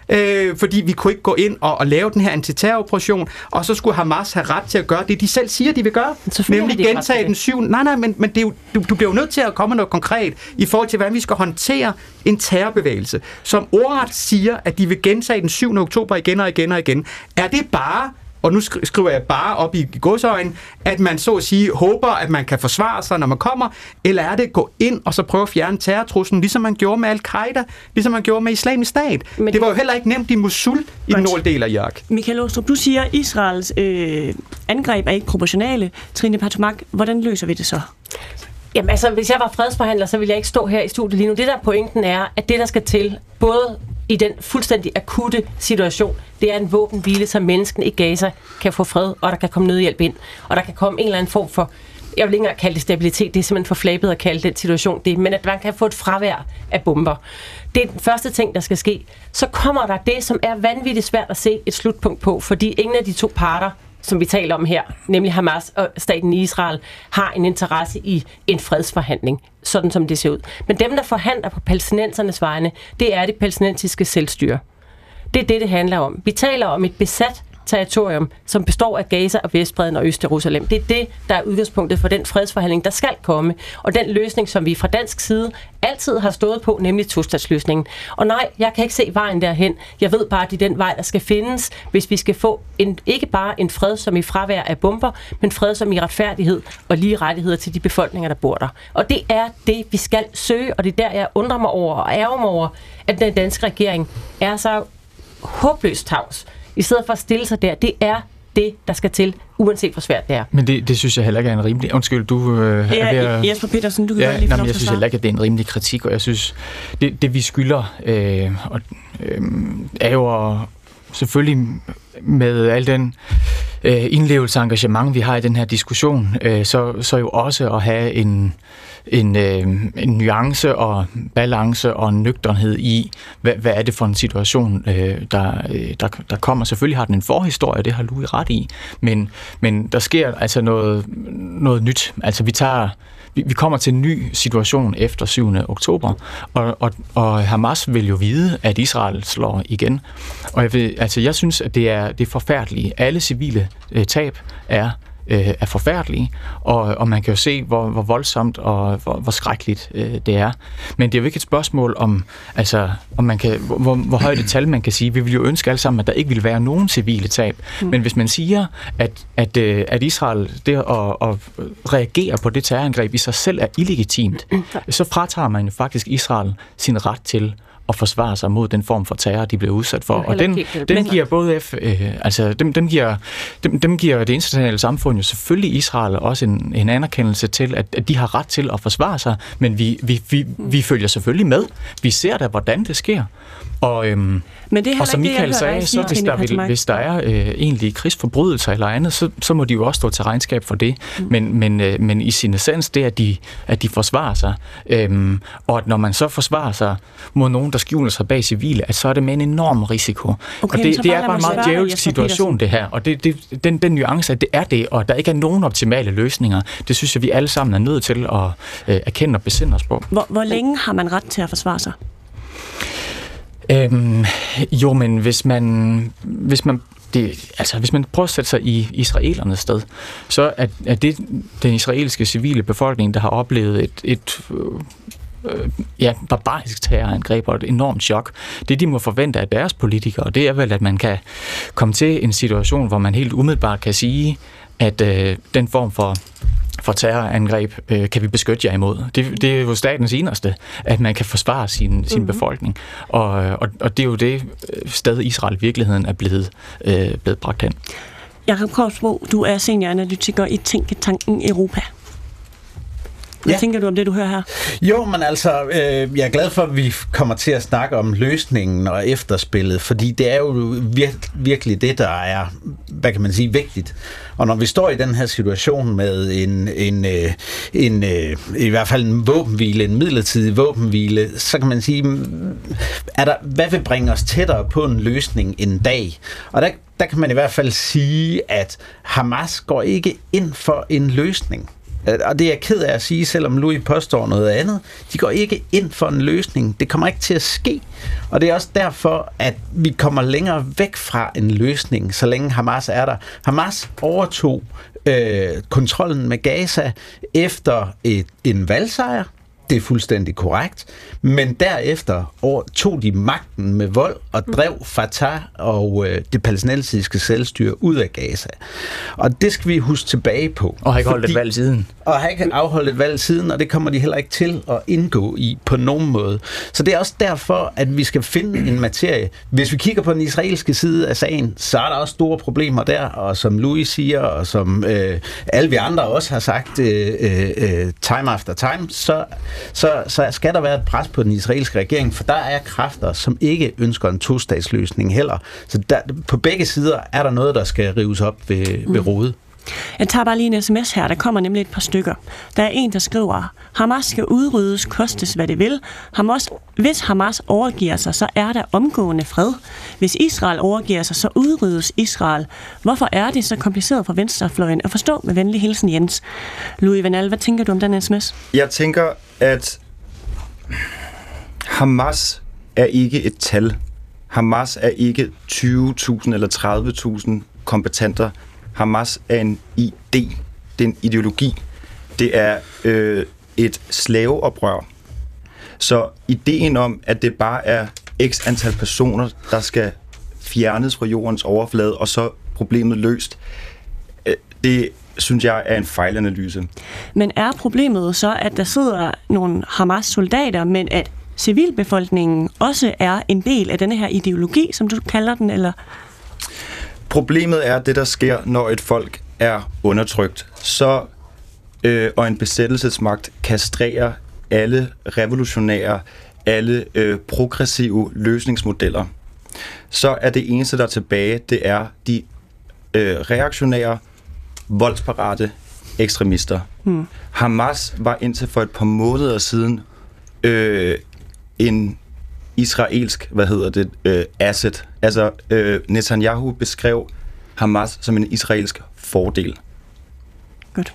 fordi vi kunne ikke gå ind og lave den her antiterroroperation, og så skulle Hamas have ret til at gøre det, de selv siger, de vil gøre, nemlig gentage den 7. Nej, men det er jo, du bliver jo nødt til at komme med noget konkret i forhold til, hvordan vi skal håndtere en terrorbevægelse, som ordret siger, at de vil gentage den 7. oktober igen og igen og igen. Er det bare, og nu skriver jeg bare op i godsøjne, at man så at sige håber, at man kan forsvare sig, når man kommer, eller er det at gå ind og så prøve at fjerne terrortruslen, ligesom man gjorde med Al-Qaida, ligesom man gjorde med Islamisk Stat? Men det var jo heller ikke nemt i Mosul i den nordlige del af Irak. Michael Aastrup, du siger, at Israels angreb er ikke proportionale. Trine Patomak, hvordan løser vi det så? Jamen altså, hvis jeg var fredsforhandler, så ville jeg ikke stå her i studiet lige nu. Det der pointen er, at det der skal til, både i den fuldstændig akutte situation, det er en våbenhvile, så mennesken i Gaza kan få fred, og der kan komme nødhjælp ind, og der kan komme en eller anden form for, jeg vil ikke engang kalde det stabilitet, det er simpelthen for flabet at kalde den situation det, men at man kan få et fravær af bomber. Det er den første ting, der skal ske. Så kommer der det, som er vanvittigt svært at se et slutpunkt på, fordi ingen af de to parter, som vi taler om her, nemlig Hamas og staten Israel, har en interesse i en fredsforhandling, sådan som det ser ud. Men dem, der forhandler på palæstinensernes vegne, det er det palæstinensiske selvstyre. Det er det handler om. Vi taler om et besat territorium, som består af Gaza og Vestbredden og Øst-Jerusalem. Det er det, der er udgangspunktet for den fredsforhandling, der skal komme, og den løsning, som vi fra dansk side altid har stået på, nemlig tostatsløsningen. Og nej, jeg kan ikke se vejen derhen. Jeg ved bare, at det er den vej, der skal findes, hvis vi skal få ikke bare en fred, som i fravær af bomber, men fred som i retfærdighed og lige rettigheder til de befolkninger, der bor der. Og det er det, vi skal søge, og det er der, jeg undrer mig over og ærger mig over, at den danske regering er så håbløst tavs, i stedet for at stille sig der. Det er det, der skal til, uanset hvor svært det er. Men det synes jeg heller ikke er en rimelig... Undskyld, du er ved at... Jesper Petersen, du kan godt lige få lov til at svare. Jeg synes heller ikke, at det er en rimelig kritik, og jeg synes, det vi skylder, er jo selvfølgelig med al den indlevelse og engagement, vi har i den her diskussion, så jo også at have en nuance og balance og nøgternhed i, hvad er det for en situation, der kommer. Selvfølgelig har den en forhistorie, det har Louis ret i, men der sker altså noget nyt. Altså vi kommer til en ny situation efter 7. oktober, og Hamas vil jo vide, at Israel slår igen. Og jeg synes, at det er forfærdeligt. Alle civile tab er forfærdelige, og man kan jo se, hvor voldsomt og hvor skrækkeligt det er. Men det er jo ikke et spørgsmål om man kan, hvor højt et tal man kan sige. Vi vil jo ønske alle sammen, at der ikke vil være nogen civile tab. Men hvis man siger, at Israel, det at reagere på det terrorangreb i sig selv er illegitimt, så fratager man jo faktisk Israel sin ret til at forsvare sig mod den form for terror, de bliver udsat for. Og den giver både dem giver det internationale samfund jo selvfølgelig Israel også en anerkendelse til, at de har ret til at forsvare sig, men vi følger selvfølgelig med. Vi ser da, hvordan det sker. Og som Michael sagde, så hvis der er egentlig krigsforbrydelser eller andet, så må de jo også stå til regnskab for det. Men i sin essens, det at de forsvarer sig, og at når man så forsvarer sig mod nogen, der skjuler sig bag civile, at så er det med en enorm risiko. Okay, og det er bare en meget djævelsk situation, det her. Og den nuance, at det er det, og der ikke er nogen optimale løsninger, det synes jeg, vi alle sammen er nødt til at erkende og besinde os på. Hvor længe har man ret til at forsvare sig? Jo, men hvis man prøver at sætte sig i israelernes sted, så er det den israelske civile befolkning, der har oplevet et barbarisk terrorangreb og et enormt chok. Det, de må forvente af deres politikere, det er vel, at man kan komme til en situation, hvor man helt umiddelbart kan sige, at den form for terrorangreb kan vi beskytte jer imod. Det er jo statens eneste, at man kan forsvare sin befolkning. Og det er jo det sted, Israel i virkeligheden er blevet bragt hen. Jakob Korsbo, du er senioranalytiker i Tænketanken Europa. Hvad tænker du om det, du hører her? Jo, men altså, jeg er glad for, at vi kommer til at snakke om løsningen og efterspillet, fordi det er jo virkelig det, der er, hvad kan man sige, vigtigt. Og når vi står i den her situation med i hvert fald en våbenhvile, en midlertidig våbenhvile, så kan man sige, hvad vil bringe os tættere på en løsning en dag? Og der kan man i hvert fald sige, at Hamas går ikke ind for en løsning. og det er jeg ked af at sige, selvom Louis påstår noget andet, de går ikke ind for en løsning. Det kommer ikke til at ske. Og det er også derfor, at vi kommer længere væk fra en løsning, så længe Hamas er der. Hamas overtog kontrollen med Gaza efter en valgsejr. Det er fuldstændig korrekt. Men derefter tog de magten med vold og drev Fatah og det palæstinensiske selvstyre ud af Gaza. Og det skal vi huske tilbage på. Og har ikke holdt et valg siden. Og har ikke afholdt et valg siden, og det kommer de heller ikke til at indgå i på nogen måde. Så det er også derfor, at vi skal finde en materie. Hvis vi kigger på den israelske side af sagen, så er der også store problemer der, og som Louis siger, og som alle vi andre også har sagt time after time, så skal der være et pres på den israelske regering, for der er kræfter, som ikke ønsker en tostatsløsning heller. Så på begge sider er der noget, der skal rives op ved rodet. Jeg tager bare lige en sms her, der kommer nemlig et par stykker. Der er en, der skriver, Hamas skal udryddes, kostes hvad det vil. Hvis Hamas overgiver sig, så er der omgående fred. Hvis Israel overgiver sig, så udryddes Israel. Hvorfor er det så kompliceret for venstrefløjen at forstå? Med venlig hilsen, Jens. Louis Van Al, hvad tænker du om den sms? Jeg tænker, at Hamas er ikke et tal. Hamas er ikke 20.000 eller 30.000 kompetenter. Hamas er en idé. Det er en ideologi. Det er et slaveoprør. Så ideen om, at det bare er x antal personer, der skal fjernes fra jordens overflade, og så problemet løst, det synes jeg er en fejlanalyse. Men er problemet så, at der sidder nogle Hamas-soldater, men at civilbefolkningen også er en del af denne her ideologi, som du kalder den, eller? Problemet er det, der sker, når et folk er undertrykt, og en besættelsesmagt kastrerer alle revolutionære, alle progressive løsningsmodeller. Så er det eneste, der er tilbage, det er de reaktionære, voldsparate ekstremister. Hamas var indtil for et par måneder siden en israelsk, asset. Altså, Netanyahu beskrev Hamas som en israelsk fordel. Godt.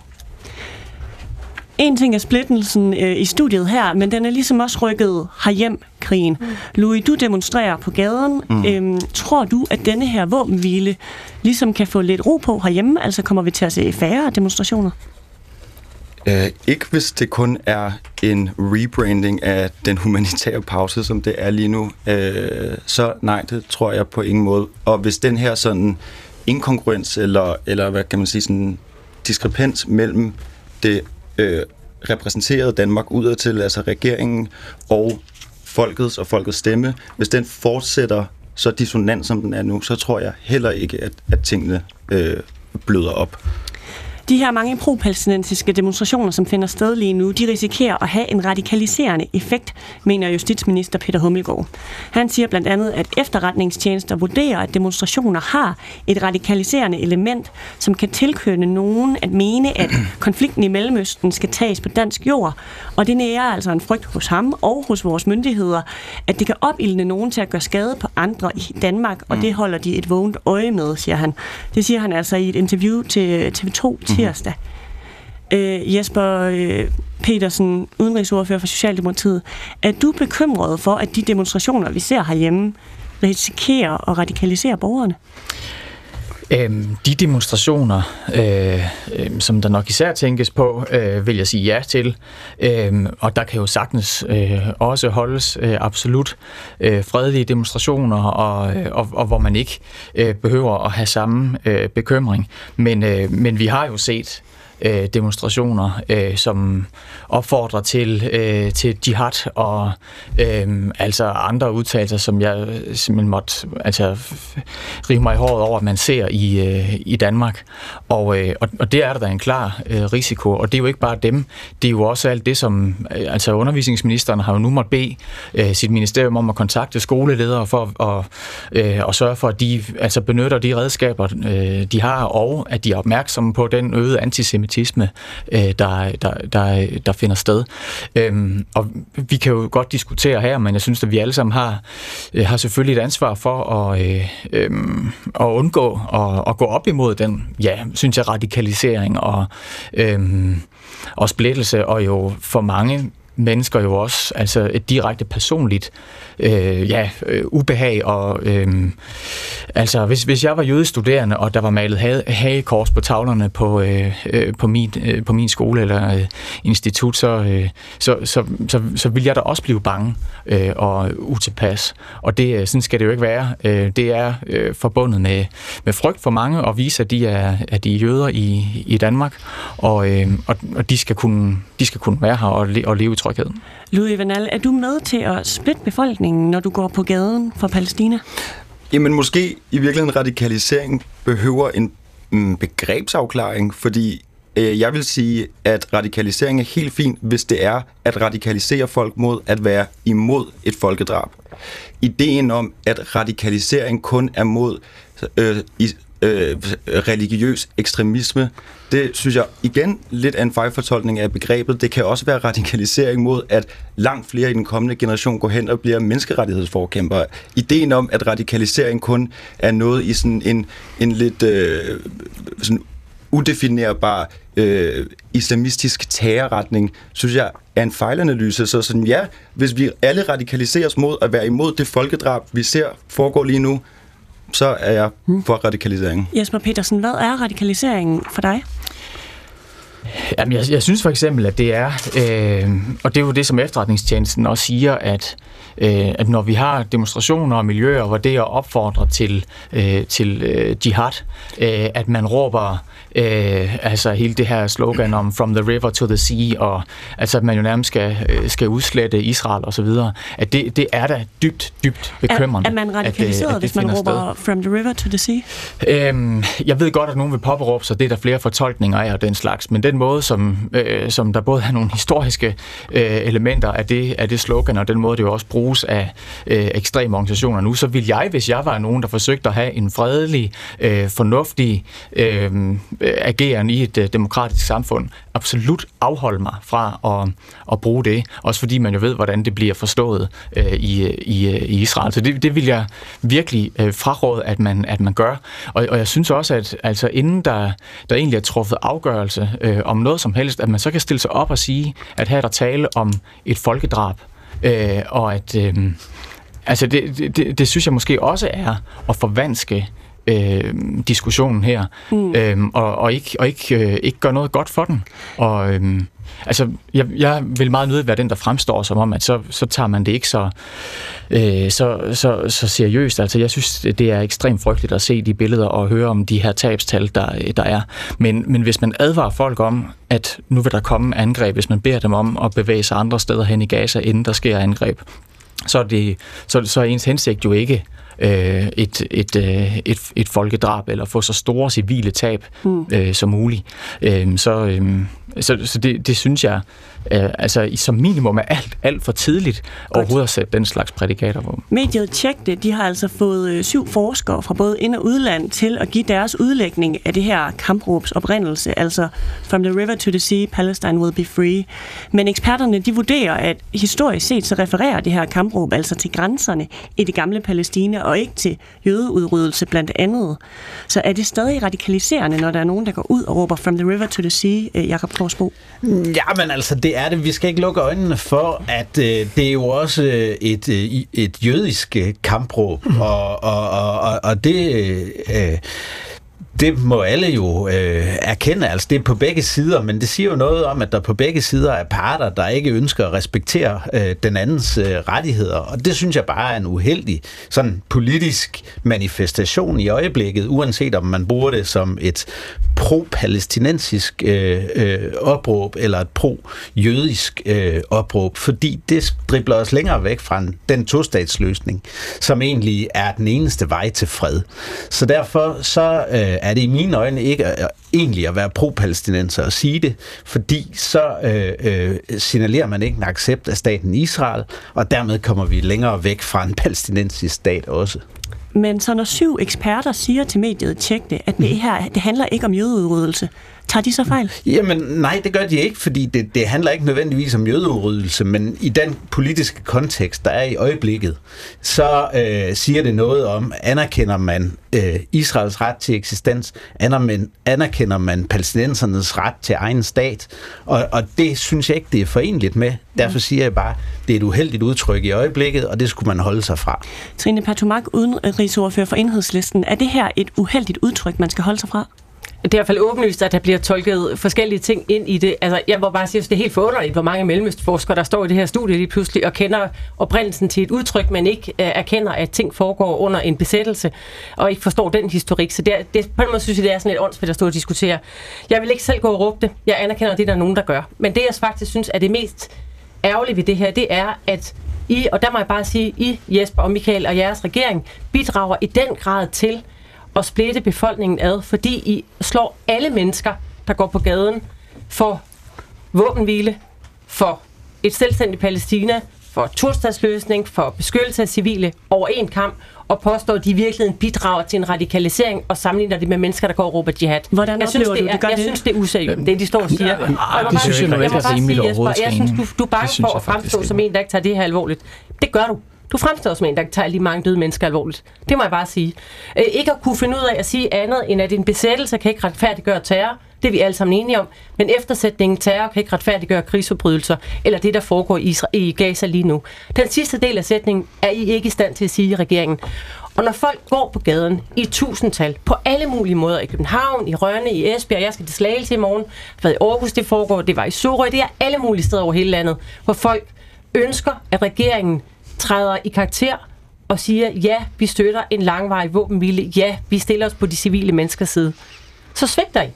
En ting er splittelsen i studiet her, men den er ligesom også rykket herhjem, krigen. Louis, du demonstrerer på gaden. Tror du, at denne her våbenhvile ligesom kan få lidt ro på herhjemme? Altså kommer vi til at se færre demonstrationer? Ikke hvis det kun er en rebranding af den humanitære pause, som det er lige nu. Så nej, det tror jeg på ingen måde. Og hvis den her sådan inkongruens, eller hvad kan man sige, sådan diskrepans mellem det repræsenterede Danmark udadtil, altså regeringen og folkets stemme, hvis den fortsætter så dissonant, som den er nu, så tror jeg heller ikke, at tingene bløder op. De her mange pro-palæstinensiske demonstrationer, som finder sted lige nu, de risikerer at have en radikaliserende effekt, mener justitsminister Peter Hummelgaard. Han siger blandt andet, at efterretningstjenester vurderer, at demonstrationer har et radikaliserende element, som kan tilkønne nogen at mene, at konflikten i Mellemøsten skal tages på dansk jord. Og det nærer altså en frygt hos ham og hos vores myndigheder, at det kan opildne nogen til at gøre skade på andre i Danmark, og det holder de et vågent øje med, siger han. Det siger han altså i et interview til TV2 tirsdag. Jesper Petersen, udenrigsordfører for Socialdemokratiet. Er du bekymret for, at de demonstrationer, vi ser herhjemme, risikerer at radikalisere borgerne? De demonstrationer, som der nok især tænkes på, vil jeg sige ja til. Og der kan jo sagtens også holdes absolut fredelige demonstrationer, og hvor man ikke behøver at have samme bekymring. Men vi har jo set demonstrationer, som opfordrer til jihad og altså andre udtalelser, som jeg simpelthen måtte rive mig i håret over, at man ser i Danmark. Og det er der en klar risiko, og det er jo ikke bare dem, det er jo også alt det, som undervisningsministeren har jo nu måtte bede sit ministerium om at kontakte skoleledere for at sørge for, at de benytter de redskaber, de har, og at de er opmærksomme på den øgede antisemitisme, antisemitisme, der finder sted. Og vi kan jo godt diskutere her, men jeg synes, at vi alle sammen har selvfølgelig et ansvar for at undgå at gå op imod den, synes jeg, radikalisering og splittelse, og jo for mange mennesker jo også altså et direkte personligt ubehag. Og altså hvis jeg var jødestuderende, og der var malet hagekors på tavlerne på min skole eller institut, så ville jeg da også blive bange og utilpas. Og det sådan skal det jo ikke være. Det er forbundet med frygt for mange at vise, at de er jøder i Danmark, og de skal kunne være her og leve i tryghed. Louis Vanal, er du med til at splitte befolkningen, når du går på gaden for Palæstina? Jamen måske i virkeligheden radikalisering behøver en begrebsafklaring, fordi jeg vil sige, at radikalisering er helt fint, hvis det er at radikalisere folk mod at være imod et folkedrab. Ideen om, at radikalisering kun er mod religiøs ekstremisme, det synes jeg igen lidt af en fejlfortolkning af begrebet. Det kan også være radikalisering mod, at langt flere i den kommende generation går hen og bliver menneskerettighedsforkæmpere. Ideen om, at radikalisering kun er noget i sådan en lidt sådan udefinerbar islamistisk terrorretning, synes jeg er en fejlanalyse. Så sådan, hvis vi alle radikaliseres mod at være imod det folkedrab, vi ser foregå lige nu, så er jeg for radikalisering. Jesper Petersen, hvad er radikaliseringen for dig? Jamen, jeg synes for eksempel, at det er, og det er jo det, som efterretningstjenesten også siger, at når vi har demonstrationer og miljøer, hvor det er at opfordre til jihad, at man råber altså hele det her slogan om from the river to the sea, og altså at man jo nærmest skal udslette Israel og så videre, at det er da dybt bekymrende. Er man radikaliseret, hvis man råber from the river to the sea? Jeg ved godt, at nogen vil påberåbe sig, det er der flere fortolkninger af og den slags, men den måde, som der både er nogle historiske elementer af det slogan, og den måde, det jo også bruges af ekstreme organisationer nu, så vil jeg, hvis jeg var nogen, der forsøgte at have en fredelig, fornuftig ageren i et demokratisk samfund, absolut afholde mig fra at bruge det, også fordi man jo ved, hvordan det bliver forstået i Israel. Så det vil jeg virkelig fraråde, at man gør. Og jeg synes også, at altså, inden der egentlig er truffet afgørelse om noget som helst, at man så kan stille sig op og sige, at her er der tale om et folkedrab, og at altså det synes jeg måske også er at forvanske diskussionen her, og ikke gøre noget godt for den. Og altså, jeg vil meget nødigt være den, der fremstår som om, at så tager man det ikke så seriøst. Altså, jeg synes, det er ekstremt frygteligt at se de billeder og høre om de her tabstal, der er. Men hvis man advarer folk om, at nu vil der komme angreb, hvis man beder dem om at bevæge sig andre steder hen i Gaza, inden der sker angreb, så er ens hensigt jo ikke et folkedrab eller få så store civile tab som muligt. Så det synes jeg altså som minimum er alt for tidligt overhovedet at sætte den slags prædikater på. Mediet Tjekte, de har altså fået 7 forskere fra både ind- og udland til at give deres udlægning af det her kampråbs oprindelse, altså from the river to the sea, Palestine will be free. Men eksperterne, de vurderer, at historisk set så refererer det her kampråb altså til grænserne i det gamle Palæstina og ikke til jødeudryddelse blandt andet. Så er det stadig radikaliserende, når der er nogen, der går ud og råber from the river to the sea, Jakob Korsbo? Ja, men altså, det er det. Vi skal ikke lukke øjnene for, at det er jo også et jødisk kampråb, og det må alle jo erkende, altså det er på begge sider, men det siger jo noget om, at der på begge sider er parter, der ikke ønsker at respektere den andens rettigheder, og det synes jeg bare er en uheldig sådan politisk manifestation i øjeblikket, uanset om man bruger det som et pro-palæstinensisk opråb eller et pro-jødisk opråb, fordi det dribler os længere væk fra den tostatsløsning, som egentlig er den eneste vej til fred. Så derfor så er det i mine øjne ikke egentlig at være pro-palæstinenser at sige det, fordi så signalerer man ikke en accept af staten Israel, og dermed kommer vi længere væk fra en palæstinensisk stat også. Men så når 7 eksperter siger til mediet, tjek det, at det her, det handler ikke om jødeudryddelse, tager de så fejl? Jamen nej, det gør de ikke, fordi det handler ikke nødvendigvis om jødeudryddelse, men i den politiske kontekst, der er i øjeblikket, så siger det noget om, anerkender man Israels ret til eksistens, anerkender man palæstinensernes ret til egen stat, og det synes jeg ikke, det er forenligt med. Derfor siger jeg bare, det er et uheldigt udtryk i øjeblikket, og det skulle man holde sig fra. Trine Pertou-Mach, udenrigsordfører for Enhedslisten. Er det her et uheldigt udtryk, man skal holde sig fra? Det er i hvert fald åbenlyst, at der bliver tolket forskellige ting ind i det. Altså, jeg må bare sige, at det er helt forunderligt, hvor mange mellemøstforskere, der står i det her studie lige pludselig og kender oprindelsen til et udtryk, men ikke erkender, at ting foregår under en besættelse, og ikke forstår den historik. Så det på en måde synes jeg, det er sådan lidt åndsfældt at stå og diskutere. Jeg vil ikke selv gå og råbe det. Jeg anerkender, at det der er nogen, der gør. Men det, jeg faktisk synes er det mest ærgerlige ved det her, det er, at I, og der må jeg bare sige, I, Jesper og Michael og jeres regering, bidrager i den grad til at splitte befolkningen ad, fordi I slår alle mennesker, der går på gaden, for våbenhvile, for et selvstændigt Palæstina, for tostatsløsning, for beskyttelse af civile over en kamp, og påstår, at de i virkeligheden bidrager til en radikalisering og sammenligner det med mennesker, der går og råber jihad. Hvordan oplever du, jeg synes, det er useriøst, det de står og siger. Det synes jeg nu ikke er rimeligt overhovedet. Jeg synes, du er bange for at fremstå som en, der ikke tager det her alvorligt. Det gør du. Du fremstår som en, der tager lige mange døde mennesker alvorligt. Det må jeg bare sige. Ikke at kunne finde ud af at sige andet, end at en besættelse kan ikke retfærdiggøre terror. Det er vi alle sammen enige om. Men eftersætningen terror kan ikke retfærdiggøre krigsforbrydelser, eller det, der foregår i Gaza lige nu. Den sidste del af sætningen er I ikke i stand til at sige i regeringen. Og når folk går på gaden i tusindtal, på alle mulige måder, i København, i Rønne, i Esbjerg, jeg skal til Slagelse i morgen, hvad i Aarhus det foregår, det var i Sorø, det er alle mulige steder over hele landet, hvor folk ønsker, at regeringen træder i karakter og siger, ja, vi støtter en langvarig våbenhvile, ja, vi stiller os på de civile menneskers side, så svigter I.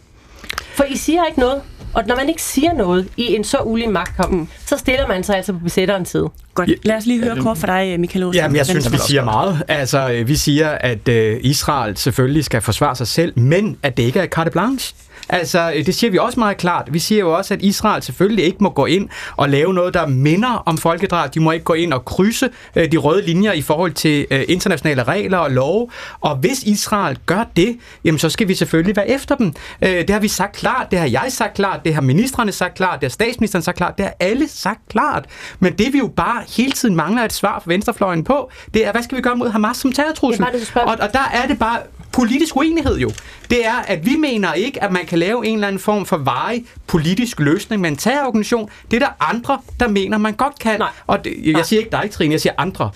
For I siger ikke noget, og når man ikke siger noget i en så ulig magtkamp, så stiller man sig altså på besætterens side. Godt. Lad os lige høre kort fra dig, Michael Aastrup. Jamen, jeg synes, vi siger meget. Altså, vi siger, at Israel selvfølgelig skal forsvare sig selv, men at det ikke er carte blanche. Altså, det siger vi også meget klart. Vi siger jo også, at Israel selvfølgelig ikke må gå ind og lave noget, der minder om folkedrab. De må ikke gå ind og krydse de røde linjer i forhold til internationale regler og love. Og hvis Israel gør det, jamen så skal vi selvfølgelig være efter dem. Det har vi sagt klart, det har jeg sagt klart, det har ministrene sagt klart, det har statsministeren sagt klart, det har alle sagt klart. Men det vi jo bare hele tiden mangler et svar fra venstrefløjen på, det er, hvad skal vi gøre mod Hamas som terrortrussel? Og der er det bare politisk uenighed jo. Det er, at vi mener ikke, at man kan lave en eller anden form for varig politisk løsning med en terrororganisation. Det er der andre, der mener, man godt kan. Nej. Og det, jeg siger ikke dig, Trine, jeg siger andre.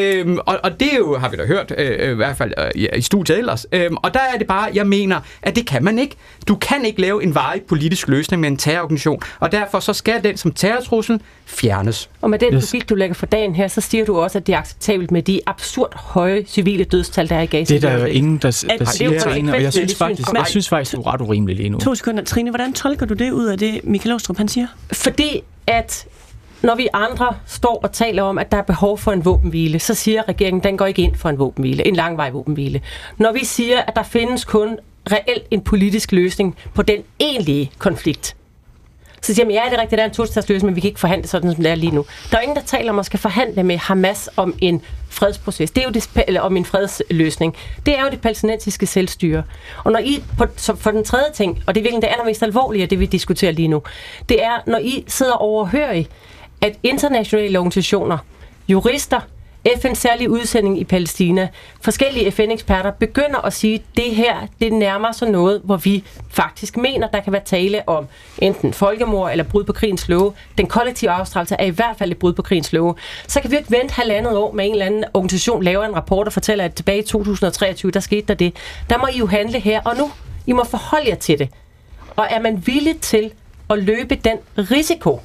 Og det er jo, har vi da hørt, i hvert fald i studiet ellers. Og der er det bare, jeg mener, at det kan man ikke. Du kan ikke lave en varig politisk løsning med en terrororganisation. Og derfor så skal den som terrortrussel fjernes. Og med den logik, du lægger for dagen her, så siger du også, at det er acceptabelt med de absurd høje civile dødstal, der er i Gaza. Det er der jo ingen, der siger, Trine, og jeg synes faktisk, du er ret urimelig lige nu. 2 sekunder. Trine, hvordan tolker du det ud af det, Michael Aastrup han siger? Fordi at når vi andre står og taler om, at der er behov for en våbenhvile, så siger regeringen, den går ikke ind for en våbenhvile, en langvarig våbenhvile. Når vi siger, at der findes kun reelt en politisk løsning på den egentlige konflikt, så siger man, ja, det er rigtigt, der er en tostatsløsning, men vi kan ikke forhandle sådan, som det er lige nu. Der er ingen, der taler om, at man skal forhandle med Hamas om en fredsproces. Det er jo det, eller om en fredsløsning. Det er jo det palæstinensiske selvstyre. Og når I, for den tredje ting, og det er virkelig det allermest alvorlige af det, vi diskuterer lige nu, det er, når I sidder overhørig, at internationale organisationer, jurister, FN's særlige udsending i Palæstina, forskellige FN-eksperter begynder at sige, at det her, det nærmer sig noget, hvor vi faktisk mener, der kan være tale om enten folkemord eller brud på krigens love. Den kollektive afstraffelse er i hvert fald et brud på krigens love. Så kan vi ikke vente 1,5 år med en eller anden organisation, laver en rapport og fortæller, at tilbage i 2023, der skete der det. Der må I jo handle her og nu. I må forholde jer til det. Og er man villig til at løbe den risiko?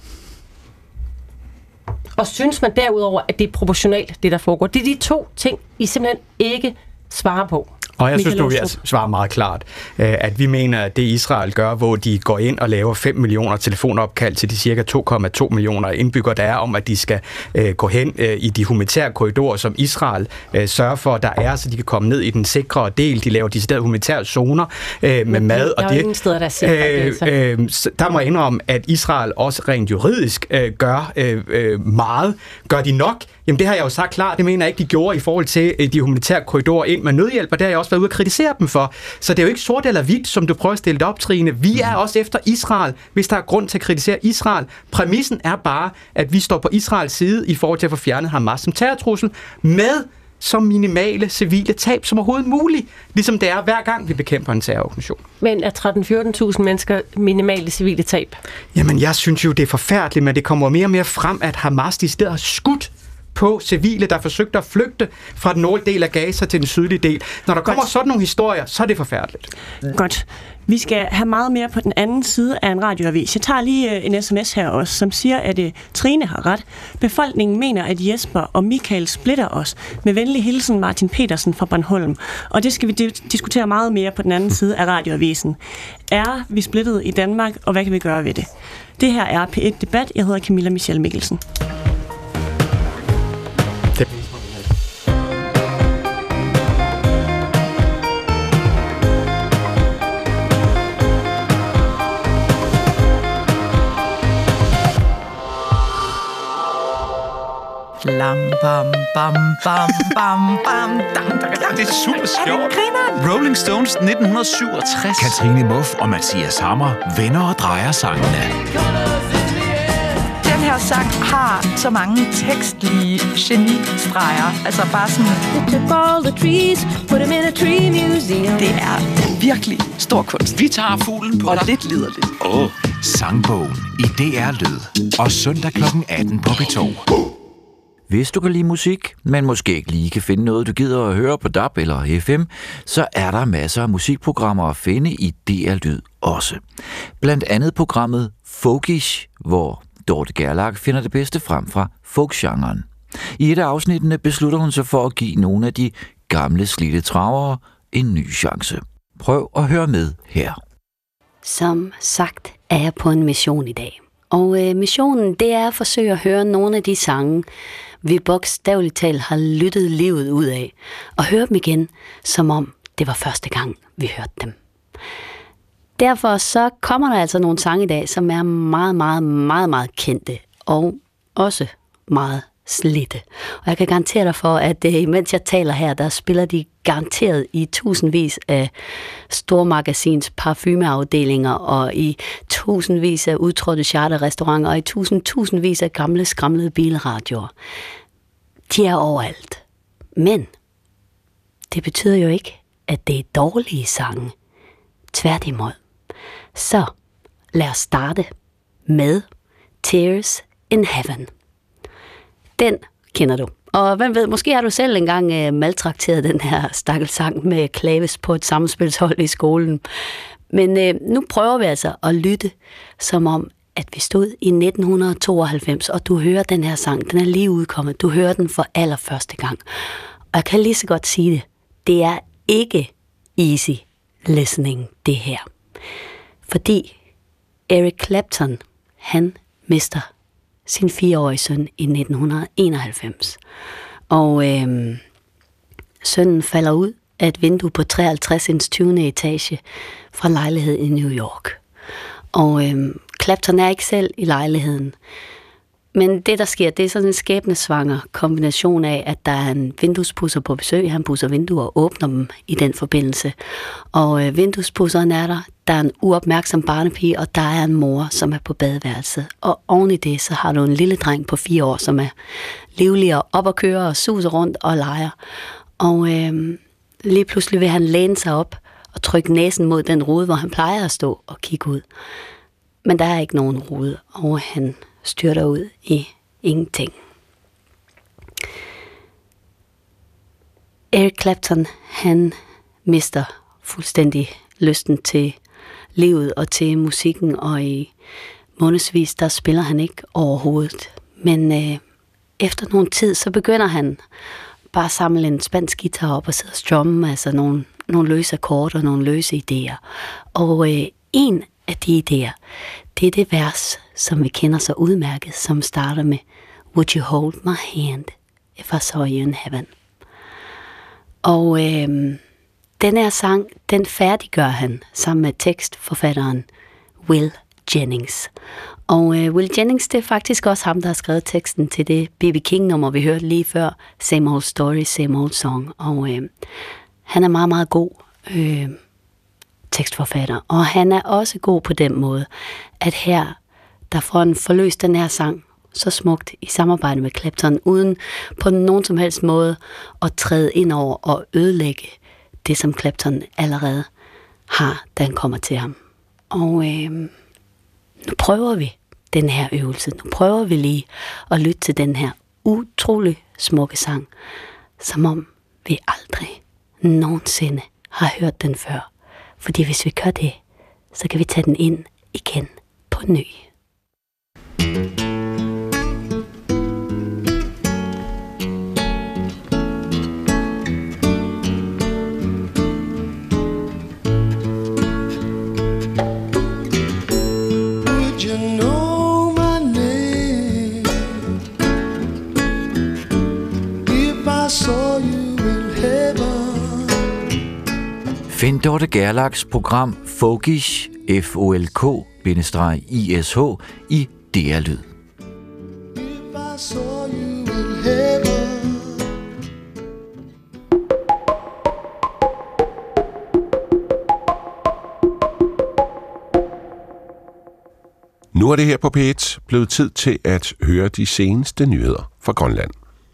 Og synes man derudover, at det er proportionalt, det der foregår? Det er de 2 ting, I simpelthen ikke svarer på. Og jeg synes nu, jeg svarer meget klart, at vi mener, at det Israel gør, hvor de går ind og laver 5 millioner telefonopkald til de cirka 2,2 millioner indbyggere, der er om, at de skal gå hen i de humanitære korridorer, som Israel sørger for, der er, så de kan komme ned i den sikre del. De laver de steder humanitære zoner med mad. Der er jo ingen steder, der er sikre. Der må jeg indrømme, at Israel også rent juridisk gør meget. Gør de nok? Jamen det har jeg jo sagt klart, det mener jeg ikke, de gjorde i forhold til de humanitære korridorer ind med nødhjælp, og det har jeg også været ude at kritisere dem for. Så det er jo ikke sort eller hvidt, som du prøver at stille det op, Trine. Vi er også efter Israel, hvis der er grund til at kritisere Israel. Præmissen er bare, at vi står på Israels side i forhold til at få fjernet Hamas som terrortrussel med så minimale civile tab som overhovedet muligt, ligesom det er hver gang, vi bekæmper en terrororganisation. Men er 13-14.000 mennesker minimale civile tab? Jamen, jeg synes jo, det er forfærdeligt, men det kommer mere og mere frem, at Hamas de steder har skudt på civile, der forsøgte at flygte fra den nordlige del af Gaza til den sydlige del. Når der kommer sådan nogle historier, så er det forfærdeligt. Godt. Vi skal have meget mere på den anden side af en radioavis. Jeg tager lige en sms her også, som siger, at Trine har ret. Befolkningen mener, at Jesper og Michael splitter os. Med venlig hilsen Martin Petersen fra Bornholm. Og det skal vi diskutere meget mere på den anden side af radioavisen. Er vi splittet i Danmark, og hvad kan vi gøre ved det? Det her er P1 Debat. Jeg hedder Camilla Michelle Mikkelsen. Lam, bam, bam, bam, bam, bam, dang, dang, dang. Det er super sjovt. Er det Rolling Stones 1967. Katrine Muff og Mathias Hammer vender og drejer sangene. Den her sang har så mange tekstlige genistreger. Altså bare sådan... Det er virkelig stor kunst. Vi tager fuglen på og dig. Lidt liderligt. Sangbogen i DR Lyd. Og søndag kl. 18 på P2. Hvis du kan lide musik, men måske ikke lige kan finde noget, du gider at høre på DAB eller FM, så er der masser af musikprogrammer at finde i DR Lyd også. Blandt andet programmet Folkish, hvor Dorte Gerlach finder det bedste frem fra folkgenren. I et af afsnittene beslutter hun sig for at give nogle af de gamle slidte travere en ny chance. Prøv at høre med her. Som sagt er jeg på en mission i dag. Og missionen, det er at forsøge at høre nogle af de sange, vi bogstaveligt talt har lyttet livet ud af, og høre dem igen, som om det var første gang, vi hørte dem. Derfor så kommer der altså nogle sange i dag, som er meget, meget, meget, meget kendte, og også meget slidte. Og jeg kan garantere dig for, at mens jeg taler her, der spiller de garanteret i tusindvis af stormagasins parfumeafdelinger, og i tusindvis af udtrådte charterrestauranter, og i tusindvis af gamle skramlede bilradioer. De er overalt. Men det betyder jo ikke, at det er dårlige sange. Tværtimod. Så lad os starte med Tears in Heaven. Den kender du. Og hvem ved, måske har du selv engang maltrakteret den her stakkelsang med klaves på et samspilshold i skolen. Men nu prøver vi altså at lytte, som om, at vi stod i 1992, og du hører den her sang, den er lige udkommet. Du hører den for allerførste gang. Og jeg kan lige så godt sige det. Det er ikke easy listening, det her. Fordi Eric Clapton, han mister sin 4-årige søn i 1991. Og sønnen falder ud af et vindue på 53. 20. etage fra lejlighed i New York. Og Clapton er ikke selv i lejligheden. Men det, der sker, det er sådan en skæbnesvanger kombination af, at der er en vinduespudser på besøg. Han pudser vinduer og åbner dem i den forbindelse. Og vinduespudseren er der. Der er en uopmærksom barnepige, og der er en mor, som er på badeværelset. Og oven i det, så har du en lille dreng på 4 år, som er livlig og op og kører og suser rundt og leger. Og lige pludselig vil han læne sig op og trykke næsen mod den rude, hvor han plejer at stå og kigge ud. Men der er ikke nogen rude, og han styrter ud i ingenting. Eric Clapton, han mister fuldstændig lysten til livet og til musikken, og i månedsvis, der spiller han ikke overhovedet. Men efter nogle tid, så begynder han bare at samle en spansk guitar op og sidde og strumme, altså nogle nogle løse akkorder, nogle løse idéer. Og en af de idéer, det er det vers, som vi kender så udmærket, som starter med Would you hold my hand if I saw you in heaven? Og den her sang, den færdiggør han sammen med tekstforfatteren Will Jennings. Og Will Jennings, det er faktisk også ham, der har skrevet teksten til det B.B. King-nummer, vi hørte lige før, Same Old Story, Same Old Song. Og han er meget, meget god tekstforfatter. Og han er også god på den måde, at her, der får han forløst den her sang så smukt i samarbejde med Clapton, uden på nogen som helst måde at træde ind over og ødelægge det, som Clapton allerede har, da han kommer til ham. Og nu prøver vi den her øvelse. Nu prøver vi lige at lytte til den her utrolig smukke sang, som om vi aldrig nogensinde har hørt den før. Fordi hvis vi gør det, så kan vi tage den ind igen på ny. Find Dorte Gerlachs program Folkish, FOLK-ISH, i DR Lyd. Nu er det her på P1 blevet tid til at høre de seneste nyheder fra Grønland.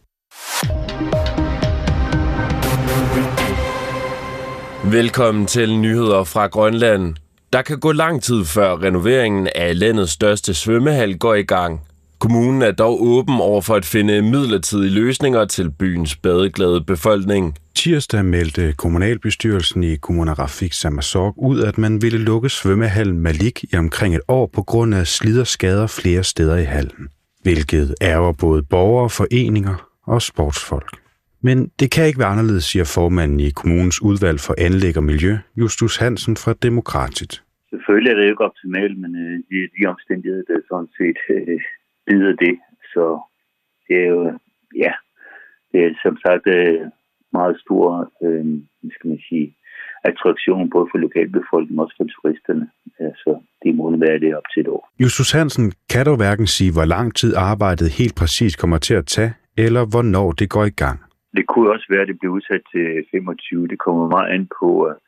Velkommen til nyheder fra Grønland. Der kan gå lang tid før renoveringen af landets største svømmehal går i gang. Kommunen er dog åben over for at finde midlertidige løsninger til byens badeglade befolkning. Tirsdag meldte kommunalbestyrelsen i Kommunarafik Samasorg ud, at man ville lukke svømmehallen Malik i omkring et år på grund af sliderskader flere steder i hallen, hvilket ærger både borgere, foreninger og sportsfolk. Men det kan ikke være anderledes, siger formanden i kommunens udvalg for anlæg og miljø, Justus Hansen fra Demokratit. Selvfølgelig er det jo ikke optimalt, men de omstændigheder, der sådan set bider det. Så det er jo, ja, det er som sagt meget stor, skal man sige, attraktion både for lokalbefolkningen og også for turisterne. Så det må være det op til et år. Justus Hansen kan dog hverken sige, hvor lang tid arbejdet helt præcis kommer til at tage, eller hvornår det går i gang. Det kunne også være, at det bliver udsat til 25. Det kommer meget an på,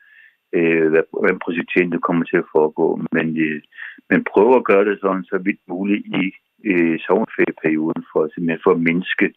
hvad projektet kommer til at foregå. Men prøver at gøre det sådan så vidt muligt i sommerferieperioden for at mindske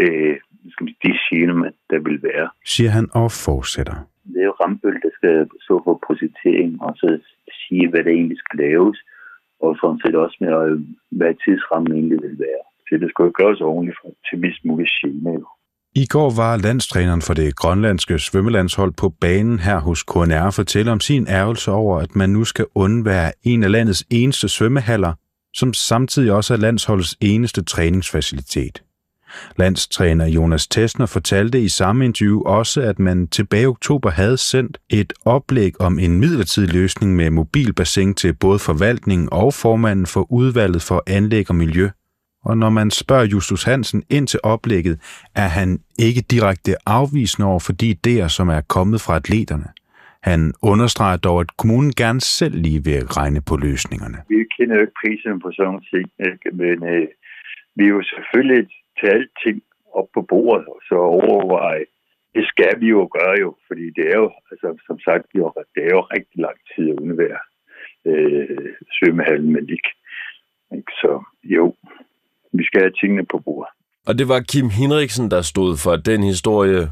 de gener, der vil være. Siger han og fortsætter. Det er jo Rambøll, der skal stå for projektering og så sige, hvad der egentlig skal laves. Og sådan set også med, hvad tidsrammen egentlig vil være. Så det skal jo gøres ordentligt til mest muligt gener. I går var landstræneren for det grønlandske svømmelandshold på banen her hos KNR og fortæller om sin ærgelse over, at man nu skal undvære en af landets eneste svømmehaller, som samtidig også er landsholdets eneste træningsfacilitet. Landstræner Jonas Tessner fortalte i samme interview også, at man tilbage i oktober havde sendt et oplæg om en midlertidig løsning med mobilbassin til både forvaltningen og formanden for udvalget for anlæg og miljø. Og når man spørger Justus Hansen ind til oplægget, er han ikke direkte afvisende over for de idéer, som er kommet fra atleterne. Han understreger dog, at kommunen gerne selv lige vil regne på løsningerne. Vi kender jo ikke priserne på sådan nogle ting, men vi er jo selvfølgelig til alting op på bordet, og så overveje. Det skal vi jo gøre jo, fordi det er jo, altså, som sagt, det er jo rigtig lang tid at undvære svømmehallen Malik. Så jo, vi skal have tingene på bordet. Og det var Kim Hinrichsen, der stod for den historie.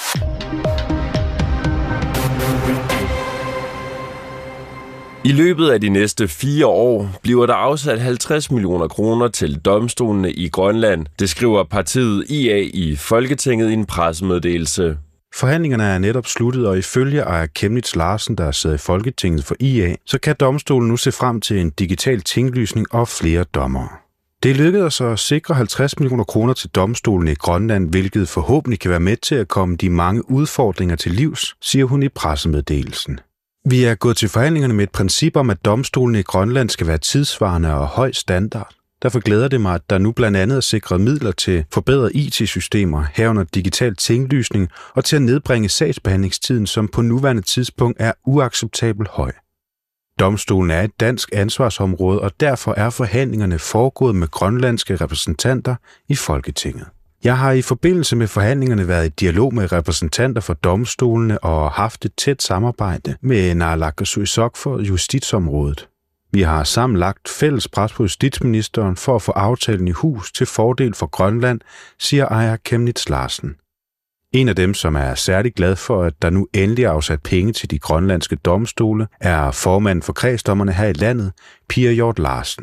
I løbet af de næste 4 år bliver der afsat 50 millioner kroner til domstolene i Grønland. Det skriver partiet IA i Folketinget i en pressemeddelelse. Forhandlingerne er netop sluttet, og ifølge Aya Chemnitz Larsen, der sidder i Folketinget for IA, så kan domstolen nu se frem til en digital tinglysning og flere dommere. Det lykkedes at sikre 50 millioner kroner til domstolene i Grønland, hvilket forhåbentlig kan være med til at komme de mange udfordringer til livs, siger hun i pressemeddelelsen. Vi er gået til forhandlingerne med et princip om, at domstolene i Grønland skal være tidsvarende og høj standard. Derfor glæder det mig, at der nu blandt andet er sikret midler til forbedrede IT-systemer, herunder digital tinglysning og til at nedbringe sagsbehandlingstiden, som på nuværende tidspunkt er uacceptabelt høj. Domstolen er et dansk ansvarsområde, og derfor er forhandlingerne foregået med grønlandske repræsentanter i Folketinget. Jeg har i forbindelse med forhandlingerne været i dialog med repræsentanter for domstolene og haft et tæt samarbejde med Naalakkersuisok for justitsområdet. Vi har sammen lagt fælles pres på justitsministeren for at få aftalen i hus til fordel for Grønland, siger Aya Kemnitz Larsen. En af dem, som er særlig glad for, at der nu endelig er afsat penge til de grønlandske domstole, er formanden for kredsdommerne her i landet, Pia Hjort Larsen.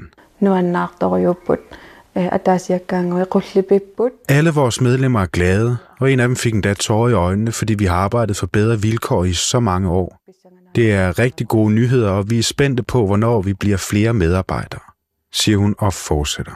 Alle vores medlemmer er glade, og en af dem fik endda tårer i øjnene, fordi vi har arbejdet for bedre vilkår i så mange år. Det er rigtig gode nyheder, og vi er spændte på, hvornår vi bliver flere medarbejdere, siger hun og fortsætter.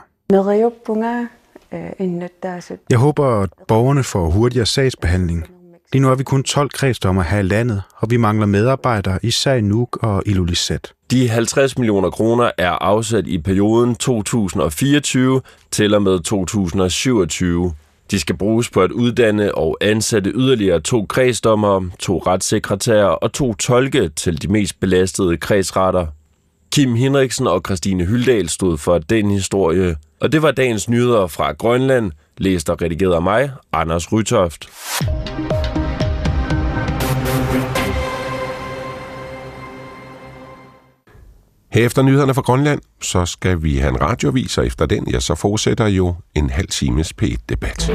Jeg håber, at borgerne får hurtigere sagsbehandling. Lige nu er vi kun 12 kredsdommer her i landet, og vi mangler medarbejdere i Sag Nuuk og Ilulissat. De 50 millioner kroner er afsat i perioden 2024 til og med 2027. De skal bruges på at uddanne og ansætte yderligere 2 kredsdommere, 2 retssekretærer og 2 tolke til de mest belastede kredsretter. Kim Hinriksen og Christine Hyldal stod for den historie. Og det var dagens nyheder fra Grønland, læst og redigeret af mig, Anders Rytoft. Herefter nyhederne fra Grønland, så skal vi have en radioavis, og efter den, ja, så fortsætter jo en halv times P1-debat.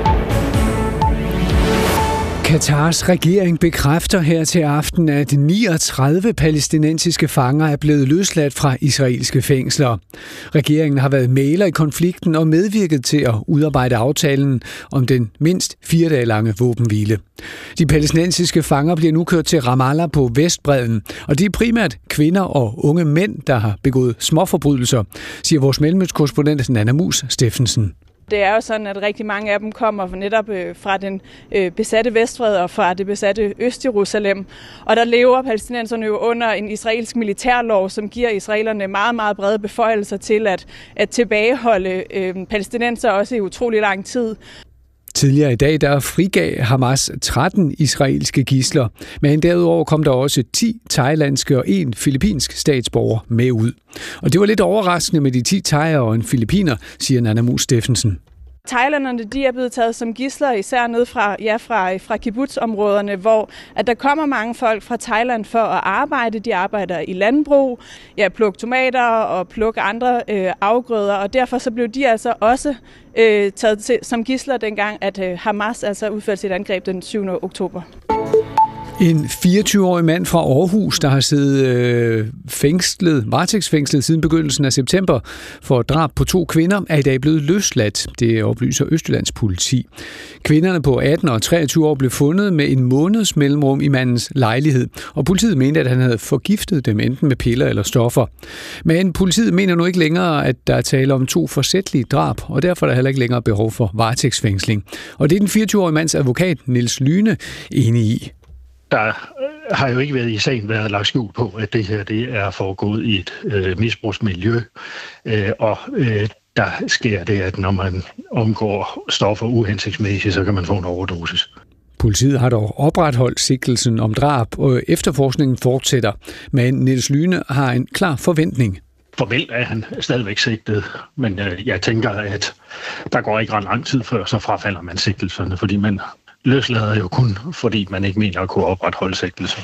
Katars regering bekræfter her til aften, at 39 palæstinensiske fanger er blevet løsladt fra israelske fængsler. Regeringen har været mægler i konflikten og medvirket til at udarbejde aftalen om den mindst 4 dage lange våbenhvile. De palæstinensiske fanger bliver nu kørt til Ramallah på Vestbredden, og det er primært kvinder og unge mænd, der har begået småforbrydelser, siger vores mellemøstkorrespondent Nanna Mus Steffensen. Det er jo sådan, at rigtig mange af dem kommer netop fra den besatte Vestbred og fra det besatte Øst-Jerusalem. Og der lever palæstinenserne jo under en israelsk militærlov, som giver israelerne meget, meget brede beføjelser til at tilbageholde palæstinenser også i utrolig lang tid. Tidligere i dag der frigav Hamas 13 israelske gidsler, men derudover kom der også 10 thailandske og 1 filippinsk statsborger med ud. Og det var lidt overraskende med de 10 thaier og en filippiner, siger Nanna Mus Steffensen. Thailanderne, de er blevet taget som gidsler, især ned fra kibbutzområderne, hvor at der kommer mange folk fra Thailand for at arbejde. De arbejder i landbrug, plukke tomater og plukke andre afgrøder, og derfor så blev de altså også taget som gidsler dengang, at Hamas altså udførte sit angreb den 7. oktober. En 24-årig mand fra Aarhus, der har siddet varetægtsfængslet siden begyndelsen af september for drab på 2 kvinder, er i dag blevet løsladt. Det oplyser Østjyllands politi. Kvinderne på 18 og 23 år blev fundet med en måneds mellemrum i mandens lejlighed, og politiet mente, at han havde forgiftet dem enten med piller eller stoffer. Men politiet mener nu ikke længere, at der er tale om 2 forsætlige drab, og derfor er der heller ikke længere behov for varetægtsfængsling. Og det er den 24-årige mands advokat, Niels Lyne, enig i. Der har jo ikke været i sagen været lagt skjul på, at det her det er foregået i et misbrugsmiljø, og der sker det, at når man omgår stoffer uhensigtsmæssigt, så kan man få en overdosis. Politiet har dog opretholdt sigtelsen om drab, og efterforskningen fortsætter, men Niels Lyne har en klar forventning. Formelt er han stadigvæk sigtet, men jeg tænker, at der går ikke ret lang tid før, så frafalder man sigtelserne, fordi man løslader jo kun, fordi man ikke mener at kunne opretholde sigtelser.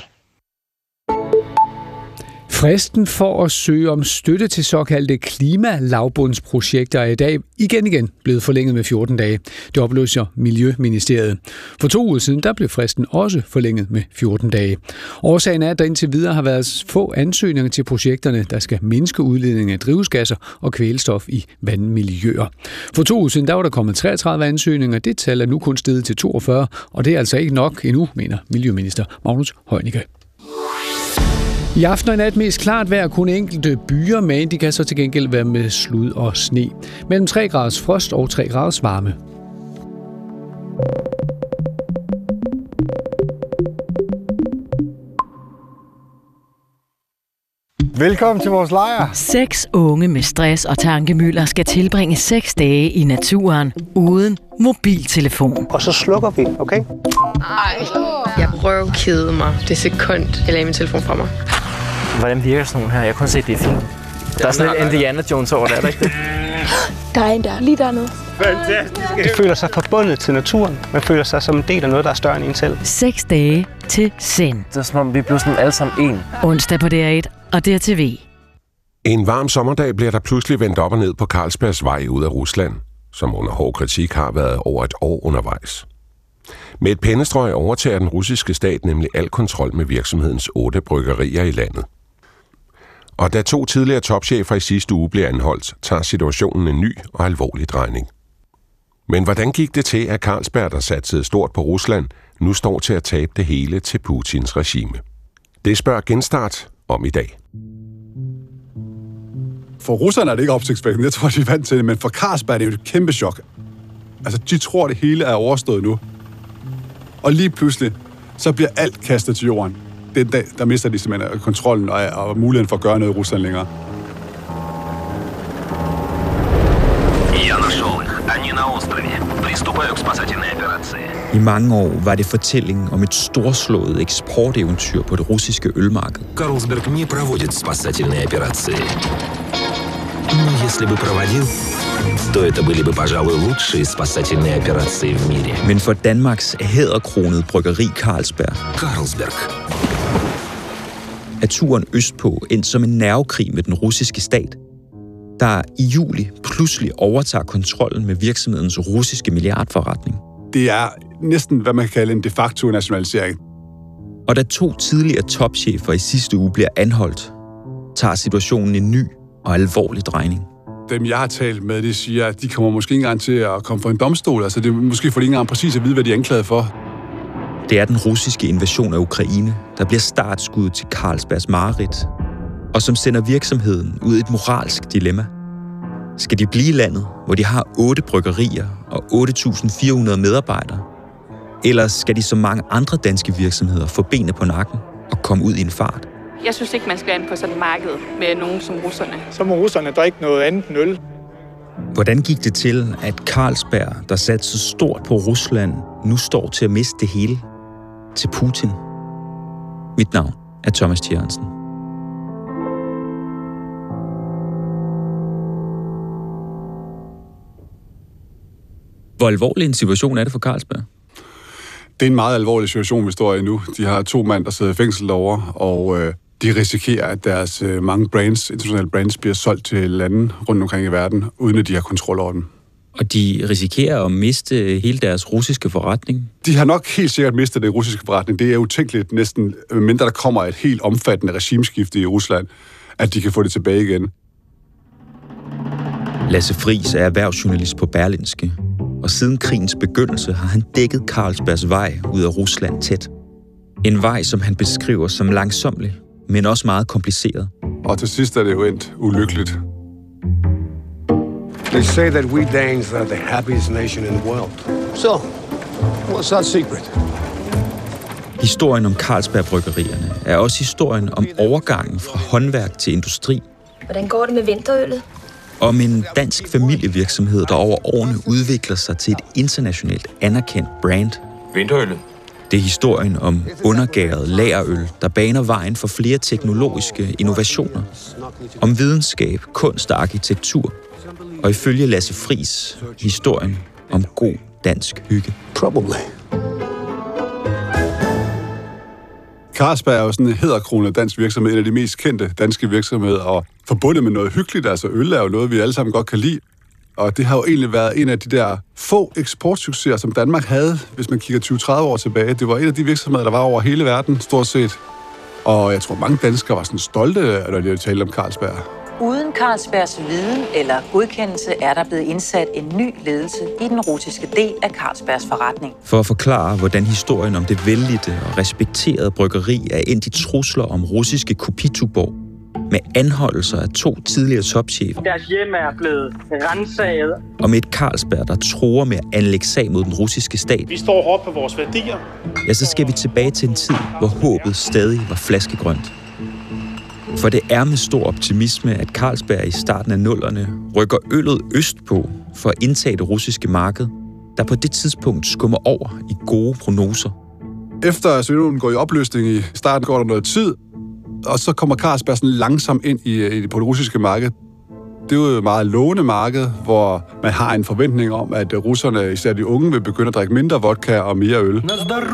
Fristen for at søge om støtte til såkaldte klimalavbundsprojekter er i dag igen blevet forlænget med 14 dage. Det oplyser Miljøministeriet. For 2 uger siden der blev fristen også forlænget med 14 dage. Årsagen er, at der indtil videre har været få ansøgninger til projekterne, der skal mindske udledningen af drivhusgasser og kvælstof i vandmiljøer. For 2 uger siden der var der kommet 33 ansøgninger. Det tal er nu kun steget til 42, og det er altså ikke nok endnu, mener Miljøminister Magnus Heunicke. I aften og i nat mest klart vejr, kun enkelte byer, men de kan så til gengæld være med slud og sne. Mellem 3 graders frost og 3 graders varme. Velkommen til vores lejr. 6 unge med stress og tankemylder skal tilbringe 6 dage i naturen uden mobiltelefon. Og så slukker vi, okay? Ej, jeg røvkede mig det sekund, jeg lagde min telefon fra mig. Hvordan virker sådan nogle her? Jeg kunne se, det er fint. Der er sådan lidt Indiana Jones over det, er der ikke det? Der er en der, lige dernede. Fantastisk. Man føler sig forbundet til naturen. Man føler sig som en del af noget, der er større end en selv. 6 dage til Zen. Det er som om, vi blev sådan alle sammen en. Onsdag på DR1 og DRTV. En varm sommerdag bliver der pludselig vendt op og ned på Carlsbergs vej ud af Rusland, som under hård kritik har været over et år undervejs. Med et pennestrøg overtager den russiske stat nemlig al kontrol med virksomhedens 8 bryggerier i landet. Og da 2 tidligere topchefer i sidste uge blev anholdt, tager situationen en ny og alvorlig drejning. Men hvordan gik det til, at Carlsberg, der satsede stort på Rusland, nu står til at tabe det hele til Putins regime? Det spørger Genstart om i dag. For russerne er det ikke opsigtsvækkende. Jeg tror, de er vant til det, men for Carlsberg er det jo et kæmpe chok. Altså, de tror, det hele er overstået nu. Og lige pludselig, så bliver alt kastet til jorden. Den dag, der mister de simpelthen kontrollen og muligheden for at gøre noget i Rusland længere. I mange år var det fortællingen om et storslået eksporteventyr på det russiske ølmarked. Carlsberg не проводит спасательные операции. Но если бы проводил, то это были бы, пожалуй, лучшие спасательные операции в мире. Men for Danmarks hæderkronede bryggeri Carlsberg er turen østpå endt som en nervekrig med den russiske stat, der i juli pludselig overtager kontrollen med virksomhedens russiske milliardforretning. Det er næsten, hvad man kan kalde en de facto nationalisering. Og da 2 tidligere topchefer i sidste uge bliver anholdt, tager situationen en ny og alvorlig drejning. Dem, jeg har talt med, de siger, at de kommer måske ikke engang til at komme for en domstol. Altså, det er måske for de ikke engang præcis at vide, hvad de er anklaget for. Det er den russiske invasion af Ukraine, der bliver startskuddet til Carlsbergs mareridt, og som sender virksomheden ud i et moralsk dilemma. Skal de blive i landet, hvor de har 8 bryggerier og 8.400 medarbejdere? Eller skal de som mange andre danske virksomheder få benene på nakken og komme ud i en fart? Jeg synes ikke, man skal ind på sådan et marked med nogen som russerne. Så må russerne drikke noget andet end øl. Hvordan gik det til, at Carlsberg, der satte så stort på Rusland, nu står til at miste det hele til Putin? Mit navn er Thomas Thierensen. Hvor alvorlig en situation er det for Carlsberg? Det er en meget alvorlig situation, vi står i nu. De har 2 mænd, der sidder i fængsel derovre, og de risikerer, at deres mange brands, internationale brands, bliver solgt til lande rundt omkring i verden, uden at de har kontrol over dem. Og de risikerer at miste hele deres russiske forretning? De har nok helt sikkert mistet det russiske forretning. Det er utænkeligt næsten, mindre der kommer et helt omfattende regimeskifte i Rusland, at de kan få det tilbage igen. Lasse Friis er erhvervsjournalist på Berlingske, og siden krigens begyndelse har han dækket Carlsbergs vej ud af Rusland tæt. En vej, som han beskriver som langsomlig, men også meget kompliceret. Og til sidst er det jo endt ulykkeligt. They say that we Danes are the happiest nation in the world. So, what's our secret? Historien om Carlsberg-bryggerierne er også historien om overgangen fra håndværk til industri. Hvordan går det med vinterøllet? Om en dansk familievirksomhed, der over årene udvikler sig til et internationalt anerkendt brand. Vinterøllet. Det er historien om undergæret lagerøl, der baner vejen for flere teknologiske innovationer. Om videnskab, kunst og arkitektur. Og ifølge Lasse Friis, historien om god dansk hygge. Probably. Carlsberg er jo sådan en hæderkronet dansk virksomhed, en af de mest kendte danske virksomheder, og forbundet med noget hyggeligt. Altså øl er jo noget, vi alle sammen godt kan lide. Og det har jo egentlig været en af de der få eksportsucceser, som Danmark havde, hvis man kigger 20-30 år tilbage. Det var en af de virksomheder, der var over hele verden, stort set. Og jeg tror, mange danskere var sådan stolte, når de talte om Carlsberg. Uden Carlsbergs viden eller godkendelse er der blevet indsat en ny ledelse i den russiske del af Carlsbergs forretning. For at forklare, hvordan historien om det vellidte og respekterede bryggeri er endt i trusler om russiske kopituborg, med anholdelser af 2 tidligere topchefer. Deres hjem er blevet ransaget. Og med et Carlsberg, der truer med at anlægge sag mod den russiske stat. Vi står hårdt på vores værdier. Ja, så skal vi tilbage til en tid, hvor håbet stadig var flaskegrønt. For det er med stor optimisme, at Carlsberg i starten af 00'erne rykker øllet østpå for at indtage det russiske marked, der på det tidspunkt skummer over i gode prognoser. Efter Sovjetunionen går i opløsning i starten, går der noget tid, og så kommer Carlsberg sådan langsomt ind på det russiske marked. Det er jo et meget lovende marked, hvor man har en forventning om, at russerne, især de unge, vil begynde at drikke mindre vodka og mere øl.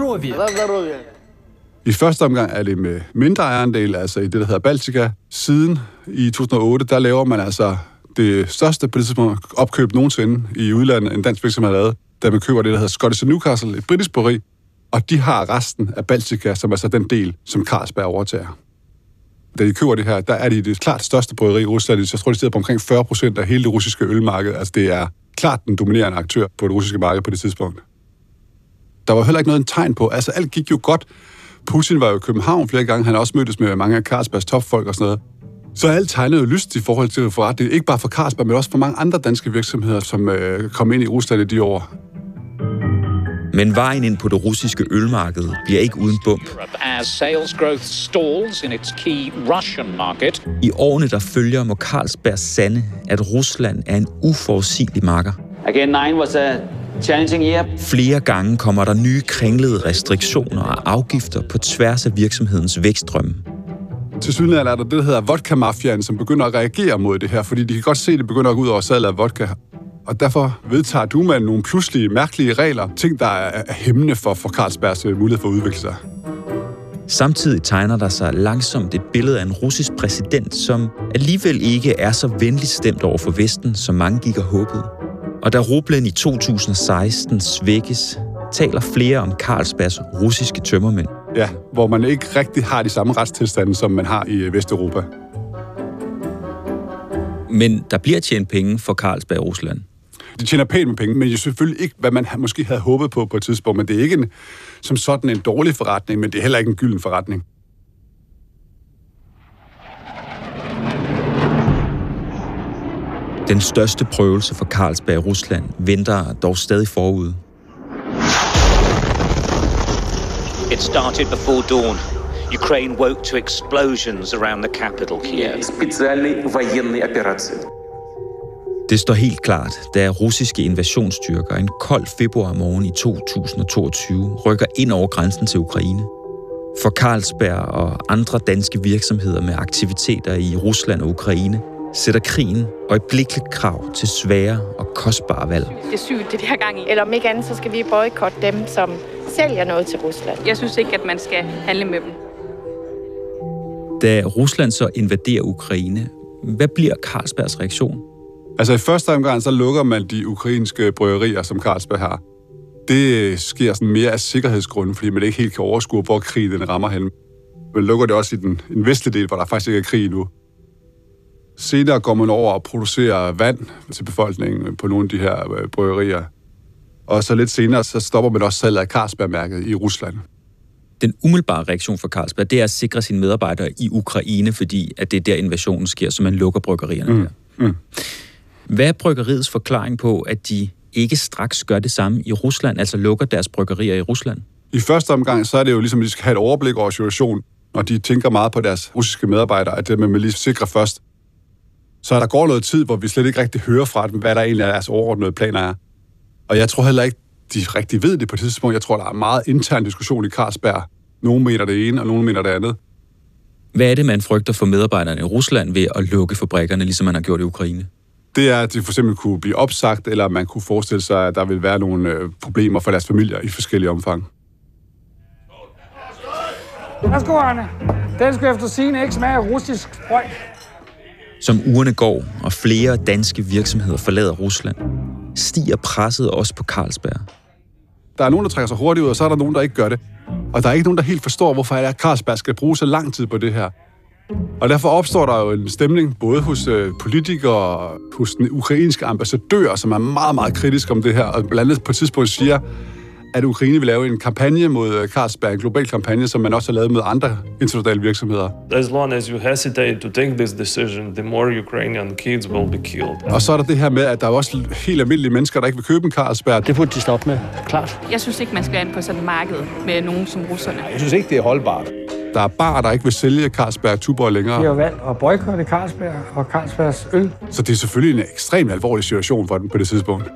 I første omgang er det med mindre ejerandel, altså i det, der hedder Baltika. Siden i 2008, der laver man altså det største på det tidspunkt opkøb nogensinde i udlandet, en dansk virksomhed har lavet, da man køber det, der hedder Scottish & Newcastle, et britisk bryggeri, og de har resten af Baltika, som er så den del, som Carlsberg overtager. Da de køber det her, der er det klart største bryggeri i Rusland. Jeg tror, de sidder på omkring 40% af hele det russiske ølmarked. Altså, det er klart den dominerende aktør på det russiske marked på det tidspunkt. Der var heller ikke noget tegn på. Altså, alt gik jo godt. Putin var jo i København flere gange. Han har også mødtes med mange af Carlsbergs topfolk og sådan noget. Så alt tegnede jo lyst i forhold til forretning. Ikke bare for Carlsberg, men også for mange andre danske virksomheder, som kom ind i Rusland i de år. Men vejen ind på det russiske ølmarked bliver ikke uden bump. I årene, der følger, må Carlsberg sande, at Rusland er en uforudsigelig makker. Flere gange kommer der nye kringlede restriktioner og afgifter på tværs af virksomhedens vækstdrømme. Til synligheden er der det, der hedder vodka-mafiaen, som begynder at reagere mod det her, fordi de kan godt se, at det begynder at gå ud over salget af vodka. Og derfor vedtager Dumaen nogle pludselige, mærkelige regler, ting, der er hæmmende for Carlsbergs mulighed for at udvikle sig. Samtidig tegner der sig langsomt et billede af en russisk præsident, som alligevel ikke er så venligt stemt over for Vesten, som mange gik og håbede. Og da rublen i 2016 svækkes, taler flere om Carlsbergs russiske tømmermænd. Ja, hvor man ikke rigtig har de samme retstilstande, som man har i Vesteuropa. Men der bliver tjent penge for Carlsberg i Rusland. De tjener pænt med penge, men det er selvfølgelig ikke, hvad man måske havde håbet på et tidspunkt. Men det er ikke som sådan en dårlig forretning, men det er heller ikke en gylden forretning. Den største prøvelse for Carlsberg i Rusland venter dog stadig forude. It started before dawn. Ukraine woke to explosions around the capital, Kiev. Det står helt klart, da russiske invasionsstyrker en kold februarmorgen i 2022 rykker ind over grænsen til Ukraine. For Carlsberg og andre danske virksomheder med aktiviteter i Rusland og Ukraine sætter krigen øjeblikkeligt krav til svære og kostbare valg. Det er sygt, det her gang i. Eller om ikke andet, så skal vi boykotte dem, som sælger noget til Rusland. Jeg synes ikke, at man skal handle med dem. Da Rusland så invaderer Ukraine, hvad bliver Carlsbergs reaktion? Altså i første omgang, så lukker man de ukrainske bryggerier, som Carlsberg har. Det sker sådan mere af sikkerhedsgrunden, fordi man ikke helt kan overskue, hvor krigen rammer hen. Man lukker det også i den vestlige del, hvor der faktisk ikke er krig nu. Senere går man over og producerer vand til befolkningen på nogle af de her bryggerier. Og så lidt senere, så stopper man også salget af Carlsberg-mærket i Rusland. Den umiddelbare reaktion for Carlsberg, det er at sikre sine medarbejdere i Ukraine, fordi at det er der invasionen sker, så man lukker bryggerierne der. Hvad er bryggeriets forklaring på, at de ikke straks gør det samme i Rusland, altså lukker deres bryggerier i Rusland? I første omgang, så er det jo ligesom, at de skal have et overblik over situationen, og de tænker meget på deres russiske medarbejdere, at det man vil lige sikre først. Så der går noget tid, hvor vi slet ikke rigtig hører fra dem, hvad der egentlig er deres overordnede planer er. Og jeg tror heller ikke, de rigtig ved det på et tidspunkt. Jeg tror, der er meget intern diskussion i Carlsberg. Nogle mener det ene, og nogle mener det andet. Hvad er det, man frygter for medarbejderne i Rusland ved at lukke fabrikkerne, ligesom man har gjort i Ukraine? Det er, at de for eksempel kunne blive opsagt, eller man kunne forestille sig, at der vil være nogle problemer for deres familier i forskellige omfang. Værsgo, Arne. Den skal efter sigende ikke smage af russisk sprøjt. Som ugerne går, og flere danske virksomheder forlader Rusland, stiger presset også på Carlsberg. Der er nogen, der trækker sig hurtigt ud, og så er der nogen, der ikke gør det. Og der er ikke nogen, der helt forstår, hvorfor Carlsberg skal bruge så lang tid på det her. Og derfor opstår der jo en stemning, både hos politikere og hos den ukrainske ambassadør, som er meget, meget kritisk om det her, og blandt andet på et tidspunkt siger, at Ukraine vil lave en kampagne mod Carlsberg, en global kampagne, som man også har lavet med andre internationale virksomheder. As long as you hesitate to take this decision, the more Ukrainian kids will be killed. Og så er der det her med, at der er også helt almindelige mennesker, der ikke vil købe en Carlsberg. Det burde de stoppe med, klart. Jeg synes ikke, man skal ind på sådan et marked med nogen som russerne. Jeg synes ikke, det er holdbart. Der er barer, der ikke vil sælge Carlsberg Tuborg længere. De har valgt at boykotte Carlsberg og Carlsbergs øl. Så det er selvfølgelig en ekstremt alvorlig situation for dem på det tidspunkt.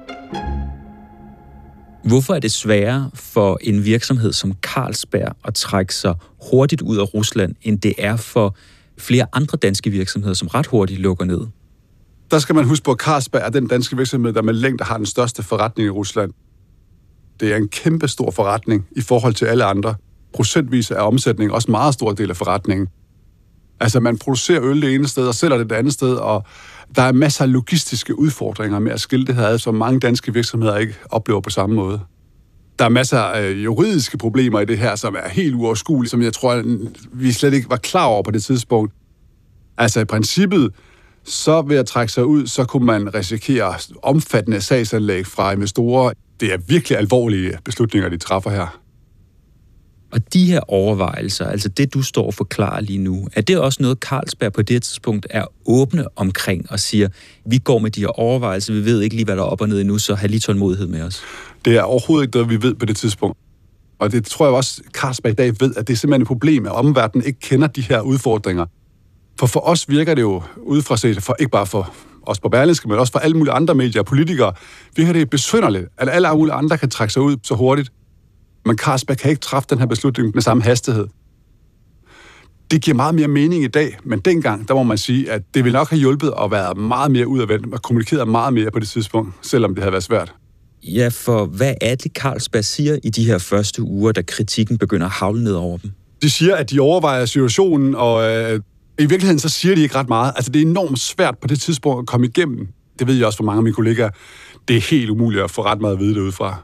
Hvorfor er det sværere for en virksomhed som Carlsberg at trække sig hurtigt ud af Rusland, end det er for flere andre danske virksomheder, som ret hurtigt lukker ned? Der skal man huske på, at Carlsberg er den danske virksomhed, der med længde har den største forretning i Rusland. Det er en kæmpe stor forretning i forhold til alle andre. Procentvis er omsætningen også en meget stor del af forretningen. Altså, man producerer øl det ene sted og sælger det det andet sted, og der er masser af logistiske udfordringer med at skille det her ad, som mange danske virksomheder ikke oplever på samme måde. Der er masser af juridiske problemer i det her, som er helt uoverskuelige, som jeg tror, vi slet ikke var klar over på det tidspunkt. Altså, i princippet, så ved at trække sig ud, så kunne man risikere omfattende sagsanlæg fra investorer. Det er virkelig alvorlige beslutninger, de træffer her. Og de her overvejelser, altså det, du står og forklarer lige nu, er det også noget, Carlsberg på det tidspunkt er åbne omkring og siger, vi går med de her overvejelser, vi ved ikke lige, hvad der er op og ned endnu, så have lige tålmodighed med os? Det er overhovedet ikke noget, vi ved på det tidspunkt. Og det tror jeg også, Carlsberg i dag ved, at det er simpelthen et problem, at omverdenen ikke kender de her udfordringer. For os virker det jo udefra set, for ikke bare for os på Berlingske, men også for alle mulige andre medier og politikere, virker det besynderligt, at alle mulige andre kan trække sig ud så hurtigt. Men Carlsberg kan ikke træffe den her beslutning med samme hastighed. Det giver meget mere mening i dag, men dengang, der må man sige, at det ville nok have hjulpet at være meget mere udadvendt og kommunikeret meget mere på det tidspunkt, selvom det havde været svært. Ja, for hvad er det, Carlsberg siger i de her første uger, da kritikken begynder at havle ned over dem? De siger, at de overvejer situationen, og i virkeligheden så siger de ikke ret meget. Altså, det er enormt svært på det tidspunkt at komme igennem. Det ved jeg også for mange af mine kollegaer. Det er helt umuligt at få ret meget at vide derudefra.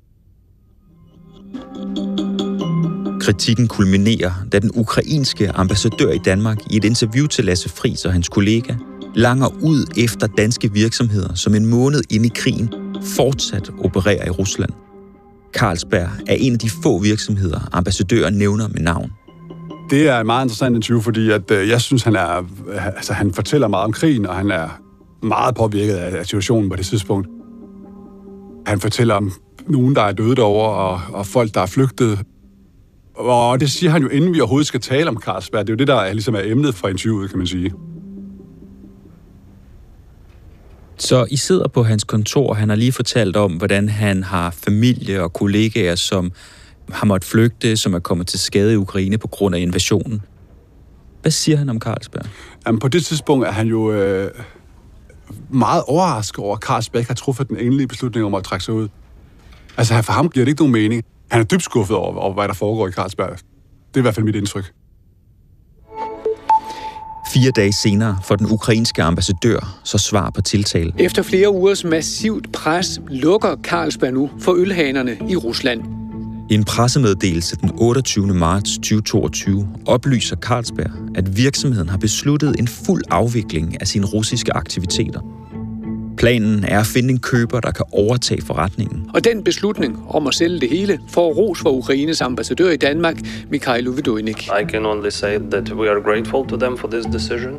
Kritikken kulminerer, da den ukrainske ambassadør i Danmark i et interview til Lasse Friis og hans kollega langer ud efter danske virksomheder, som en måned inde i krigen fortsat opererer i Rusland. Carlsberg er en af de få virksomheder, ambassadøren nævner med navn. Det er en meget interessant interview, fordi at, jeg synes, han fortæller meget om krigen, og han er meget påvirket af situationen på det tidspunkt. Han fortæller om nogen, der er døde derovre, og folk, der er flygtet. Og det siger han jo, inden vi overhovedet skal tale om Carlsberg. Det er jo det, der ligesom er emnet for interviewet, kan man sige. Så I sidder på hans kontor, han har lige fortalt om, hvordan han har familie og kollegaer, som har måttet flygte, som er kommet til skade i Ukraine på grund af invasionen. Hvad siger han om Carlsberg? Jamen, på det tidspunkt er han jo meget overrasket over, at Carlsberg har truffet den endelige beslutning om at trække sig ud. Altså, for ham giver det ikke nogen mening. Han er dybt skuffet over, hvad der foregår i Carlsberg. Det er i hvert fald mit indtryk. 4 dage senere får den ukrainske ambassadør så svar på tiltale. Efter flere ugers massivt pres lukker Carlsberg nu for ølhanerne i Rusland. I en pressemeddelelse den 28. marts 2022 oplyser Carlsberg, at virksomheden har besluttet en fuld afvikling af sine russiske aktiviteter. Planen er at finde en køber, der kan overtage forretningen. Og den beslutning om at sælge det hele får ros fra Ukraines ambassadør i Danmark, Mikhailo Vidojnik. I can only say that we are grateful to them for this decision.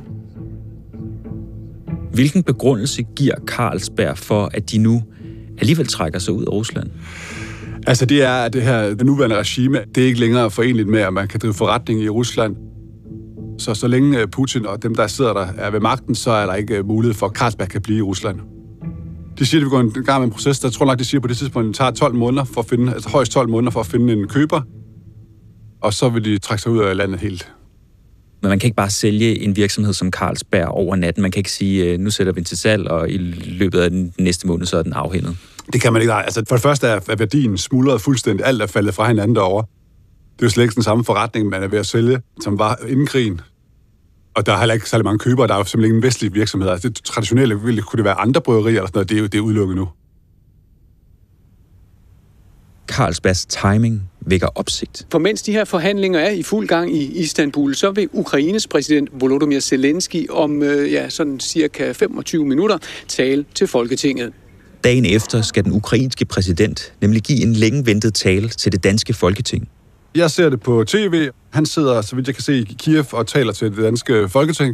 Hvilken begrundelse giver Carlsberg for, at de nu alligevel trækker sig ud af Rusland? Altså det er, at det nuværende regime, det er ikke længere forenligt med, at man kan drive forretning i Rusland. Så længe Putin og dem, der sidder der, er ved magten, så er der ikke mulighed for, at Carlsberg kan blive i Rusland. De siger, at vi går en gang med en proces, der tror nok, de siger på det tidspunkt, at det tager 12 måneder for at finde, altså højst 12 måneder for at finde en køber, og så vil de trække sig ud af landet helt. Men man kan ikke bare sælge en virksomhed som Carlsberg over natten. Man kan ikke sige, nu sætter vi den til salg, og i løbet af den næste måned, så er den afhændet. Det kan man ikke. Altså, for det første er værdien smuldret fuldstændig. Alt er faldet fra hinanden derovre. Det er jo slet ikke den samme forretning, man er ved at sælge, som var inden krigen. Og der er heller ikke særlig mange købere. Der er jo simpelthen ingen vestlige virksomheder. Altså, det traditionelle kunne det være andre bryggerier eller sådan noget. Det er udelukket nu. Carlsbergs timing vækker opsigt. For mens de her forhandlinger er i fuld gang i Istanbul, så vil Ukraines præsident Volodymyr Zelensky om sådan cirka 25 minutter tale til Folketinget. Dagen efter skal den ukrainske præsident nemlig give en længe ventet tale til det danske Folketing. Jeg ser det på tv. Han sidder, så vidt jeg kan se, i Kiev og taler til det danske Folketing.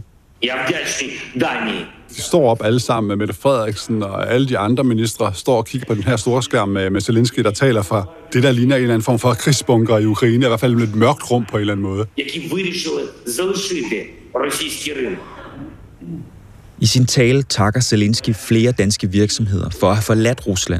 De står op alle sammen med Mette Frederiksen, og alle de andre ministre står og kigger på den her store skærm med Zelensky, der taler fra det, der ligner en eller anden form for krigsbunker i Ukraine, i hvert fald et mørkt rum på en eller anden måde. I sin tale takker Zelensky flere danske virksomheder for at have forladt Rusland.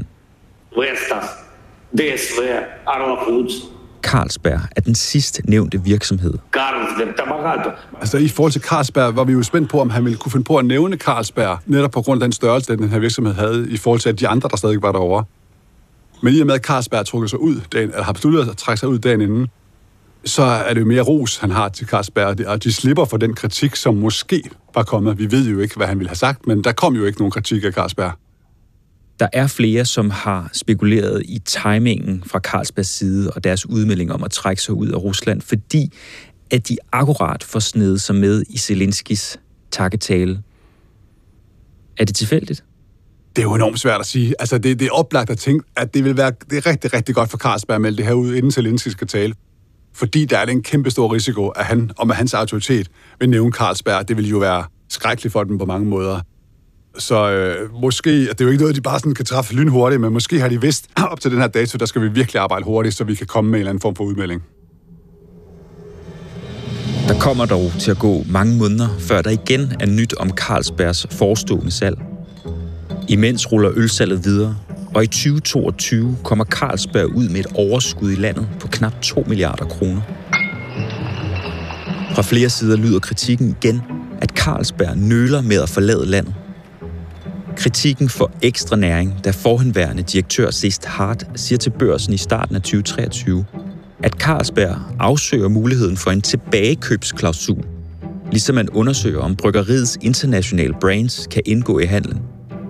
Carlsberg er den sidst nævnte virksomhed. Altså i forhold til Carlsberg var vi jo spændt på, om han ville kunne finde på at nævne Carlsberg, netop på grund af den størrelse, den her virksomhed havde, i forhold til at de andre, der stadig var derovre. Men i og med, at Carlsberg trukket sig ud, eller har besluttet at trække sig ud dagen inden, så er det jo mere ros, han har til Carlsberg, og de slipper for den kritik, som måske var kommet. Vi ved jo ikke, hvad han ville have sagt, men der kom jo ikke nogen kritik af Carlsberg. Der er flere, som har spekuleret i timingen fra Carlsbergs side og deres udmelding om at trække sig ud af Rusland, fordi at de akkurat får snedet sig med i Zelenskys takketale. Er det tilfældigt? Det er jo enormt svært at sige. Altså, det er oplagt at tænke, at det er rigtig, rigtig godt for Carlsberg at melde det her ud, inden Zelensky skal tale. Fordi der er en kæmpe stor risiko, at han og med hans autoritet vil nævne Carlsberg. Det vil jo være skrækkeligt for dem på mange måder. Så måske, det er jo ikke noget, de bare sådan kan træffe lynhurtigt, men måske har de vidst, op til den her dato, der skal vi virkelig arbejde hurtigt, så vi kan komme med en eller anden form for udmelding. Der kommer dog til at gå mange måneder, før der igen er nyt om Carlsbergs forestående salg. Imens ruller ølsalget videre, og i 2022 kommer Carlsberg ud med et overskud i landet på knap 2 milliarder kroner. Fra flere sider lyder kritikken igen, at Carlsberg nøler med at forlade landet. Kritikken for ekstra næring, da forhenværende direktør Ceest Hart siger til Børsen i starten af 2023, at Carlsberg afsøger muligheden for en tilbagekøbsklausul, ligesom man undersøger, om bryggeriets internationale brands kan indgå i handlen.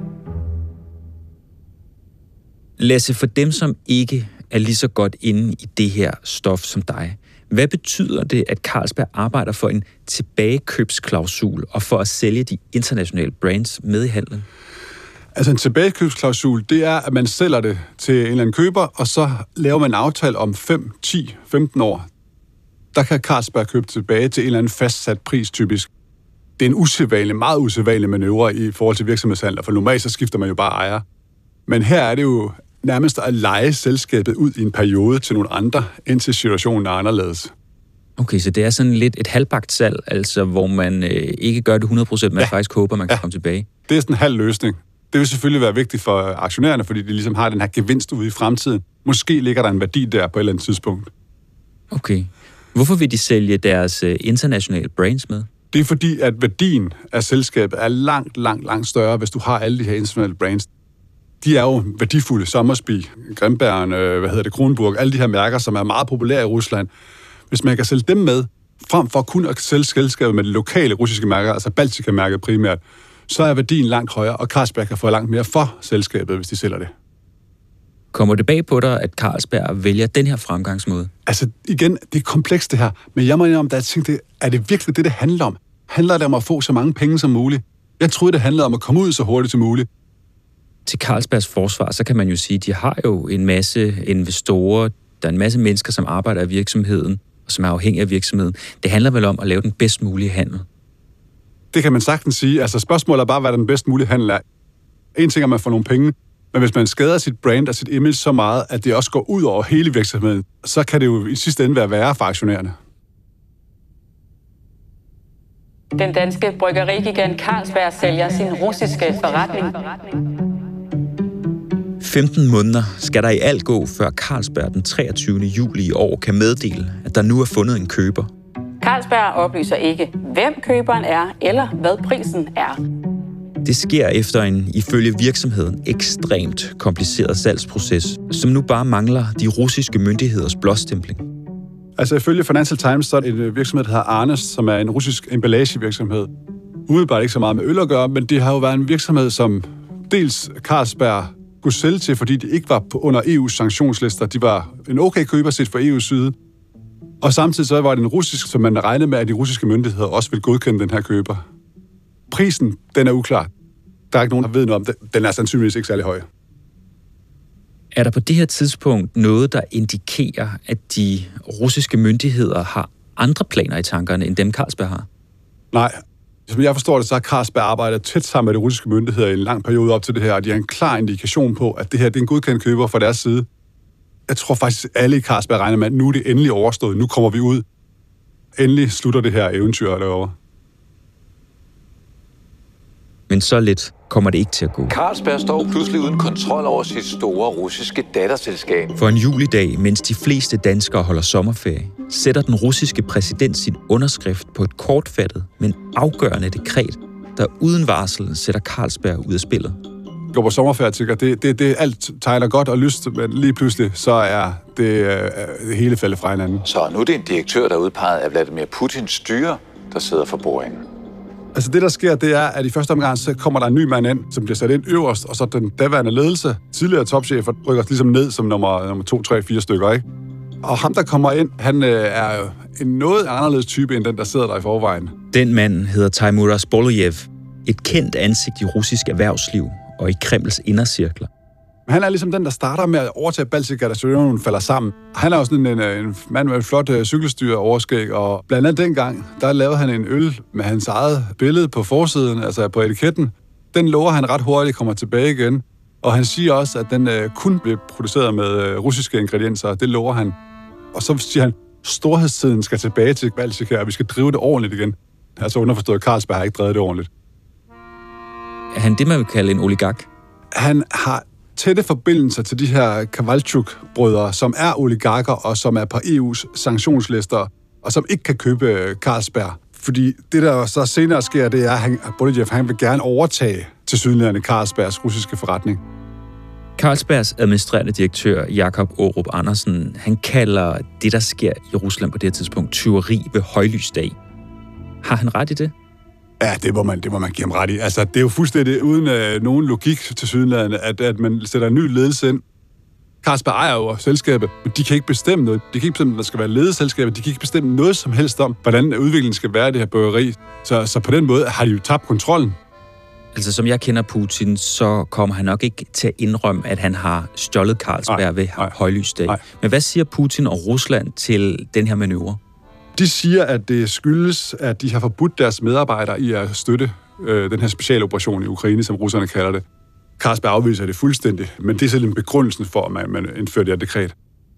Lasse, for dem, som ikke er lige så godt inde i det her stof som dig, hvad betyder det, at Carlsberg arbejder for en tilbagekøbsklausul og for at sælge de internationale brands med i handlen? Altså en tilbagekøbsklausul, det er, at man sælger det til en eller anden køber, og så laver man en aftale om 5, 10, 15 år. Der kan Carlsberg købe tilbage til en eller anden fastsat pris, typisk. Det er en usædvanlig, meget usædvanlig manøvre i forhold til virksomhedshandler, for normalt så skifter man jo bare ejer. Men her er det jo nærmest at leje selskabet ud i en periode til nogle andre, indtil situationen er anderledes. Okay, så det er sådan lidt et halvbagt salg, altså hvor man ikke gør det 100%, man faktisk håber, man kan komme tilbage. Det er sådan en halv løsning. Det vil selvfølgelig være vigtigt for aktionærerne, fordi de ligesom har den her gevinst ude i fremtiden. Måske ligger der en værdi der på et eller andet tidspunkt. Okay. Hvorfor vil de sælge deres internationale brands med? Det er fordi, at værdien af selskabet er langt større, hvis du har alle de her internationale brands. De er jo værdifulde. Somersby, Grimbergen, Kronenburg, alle de her mærker, som er meget populære i Rusland. Hvis man kan sælge dem med, frem for kun at sælge selskabet med de lokale russiske mærker, altså Baltika-mærket primært, så er værdien langt højere, og Carlsberg kan få langt mere for selskabet, hvis de sælger det. Kommer det bag på dig, at Carlsberg vælger den her fremgangsmåde? Altså igen, det er komplekst det her, men jeg må indrømme, at jeg tænkte, er det virkelig det handler om? Handler det om at få så mange penge som muligt? Jeg troede, det handlede om at komme ud så hurtigt som muligt. Til Carlsbergs forsvar, så kan man jo sige, at de har jo en masse investorer, der er en masse mennesker, som arbejder i virksomheden, og som er afhængige af virksomheden. Det handler vel om at lave den bedst mulige handel. Det kan man sagtens sige. Altså spørgsmålet er bare, hvad den bedst mulige handel er. En ting er, at man får nogle penge, men hvis man skader sit brand og sit image så meget, at det også går ud over hele virksomheden, så kan det jo i sidste ende være værre for aktionærerne. Den danske bryggerigigant Carlsberg sælger sin russiske forretning. 15 måneder skal der i alt gå, før Carlsberg den 23. juli i år kan meddele, at der nu er fundet en køber. Carlsberg oplyser ikke, hvem køberen er, eller hvad prisen er. Det sker efter en, ifølge virksomheden, ekstremt kompliceret salgsproces, som nu bare mangler de russiske myndigheders blåstempling. Altså ifølge Financial Times, så er det en virksomhed, der hedder Arnes, som er en russisk emballagevirksomhed. Umiddelbart ikke så meget med øl at gøre, men det har jo været en virksomhed, som dels Carlsberg kunne sælge til, fordi de ikke var under EU's sanktionslister. De var en okay køber set fra EU's side. Og samtidig så var det en russisk, som man regnede med, at de russiske myndigheder også ville godkende den her køber. Prisen, den er uklar. Der er ikke nogen, der ved noget om det. Den er sandsynligvis ikke særlig høj. Er der på det her tidspunkt noget, der indikerer, at de russiske myndigheder har andre planer i tankerne, end dem Carlsberg har? Nej. Som jeg forstår det, så har Carlsberg arbejdet tæt sammen med de russiske myndigheder i en lang periode op til det her, og de har en klar indikation på, at det her det er en godkendt køber fra deres side. Jeg tror faktisk, at alle i Carlsberg regner med, at nu er det endelig overstået. Nu kommer vi ud. Endelig slutter det her eventyr derovre. Men så lidt kommer det ikke til at gå. Carlsberg står pludselig uden kontrol over sit store russiske datterselskab. For en julidag, mens de fleste danskere holder sommerferie, sætter den russiske præsident sin underskrift på et kortfattet, men afgørende dekret, der uden varsel sætter Carlsberg ud af spillet. Går på sommerferie, tænker det alt tegner godt og lyst, men lige pludselig så er det hele faldet fra hinanden. Så nu er det en direktør, der er udpeget af Vladimir Putins styre, der sidder for bordenden. Altså det, der sker, det er, at i første omgang, så kommer der en ny mand ind, som bliver sat ind øverst, og så den daværende ledelse, tidligere topchefer, rykker ligesom ned som nummer 2, 3, 4 stykker, ikke? Og ham, der kommer ind, han er jo en noget anderledes type, end den, der sidder der i forvejen. Den mand hedder Teimuraz Boloyev, et kendt ansigt i russisk erhvervsliv og i Kremls indercirkler. Han er ligesom den, der starter med at overtage Baltika, da Sovjetunionen falder sammen. Han er også en mand med et flot cykelstyr og overskæg, og blandt andet dengang, der lavede han en øl med hans eget billede på forsiden, altså på etiketten. Den lover han ret hurtigt kommer tilbage igen, og han siger også, at den kun blev produceret med russiske ingredienser, det lover han. Og så siger han, storhedstiden skal tilbage til Baltika, og vi skal drive det ordentligt igen. Altså underforstået, Carlsberg har ikke drevet det ordentligt. Er han det, man vil kalde en oligark? Han har tætte forbindelser til de her Kovalchuk-brødre, som er oligarker og som er på EU's sanktionslister, og som ikke kan købe Carlsberg. Fordi det, der så senere sker, det er, at Boloyev, han vil gerne overtage tilsyneladende Carlsbergs russiske forretning. Carlsbergs administrerende direktør, Jakob Aarup Andersen, han kalder det, der sker i Rusland på det her tidspunkt, tyveri ved højlysdag. Har han ret i det? Ja, det må man give ham ret i. Altså, det er jo fuldstændig uden nogen logik til sydenlandet, at man sætter en ny ledelse ind. Carlsberg ejer jo selskabet, men de kan ikke bestemme noget. De kan ikke bestemme, at der skal være ledelseselskabet. De kan ikke bestemme noget som helst om, hvordan udviklingen skal være i det her bryggeri. Så på den måde har de jo tabt kontrollen. Altså, som jeg kender Putin, så kommer han nok ikke til at indrømme, at han har stjålet Carlsberg ved højlysdag. Men hvad siger Putin og Rusland til den her manøvre? De siger, at det skyldes, at de har forbudt deres medarbejdere i at støtte den her specialoperation i Ukraine, som russerne kalder det. Carlsberg afviser det fuldstændig, men det er sådan en begrundelse for, at man indfører det her dekret.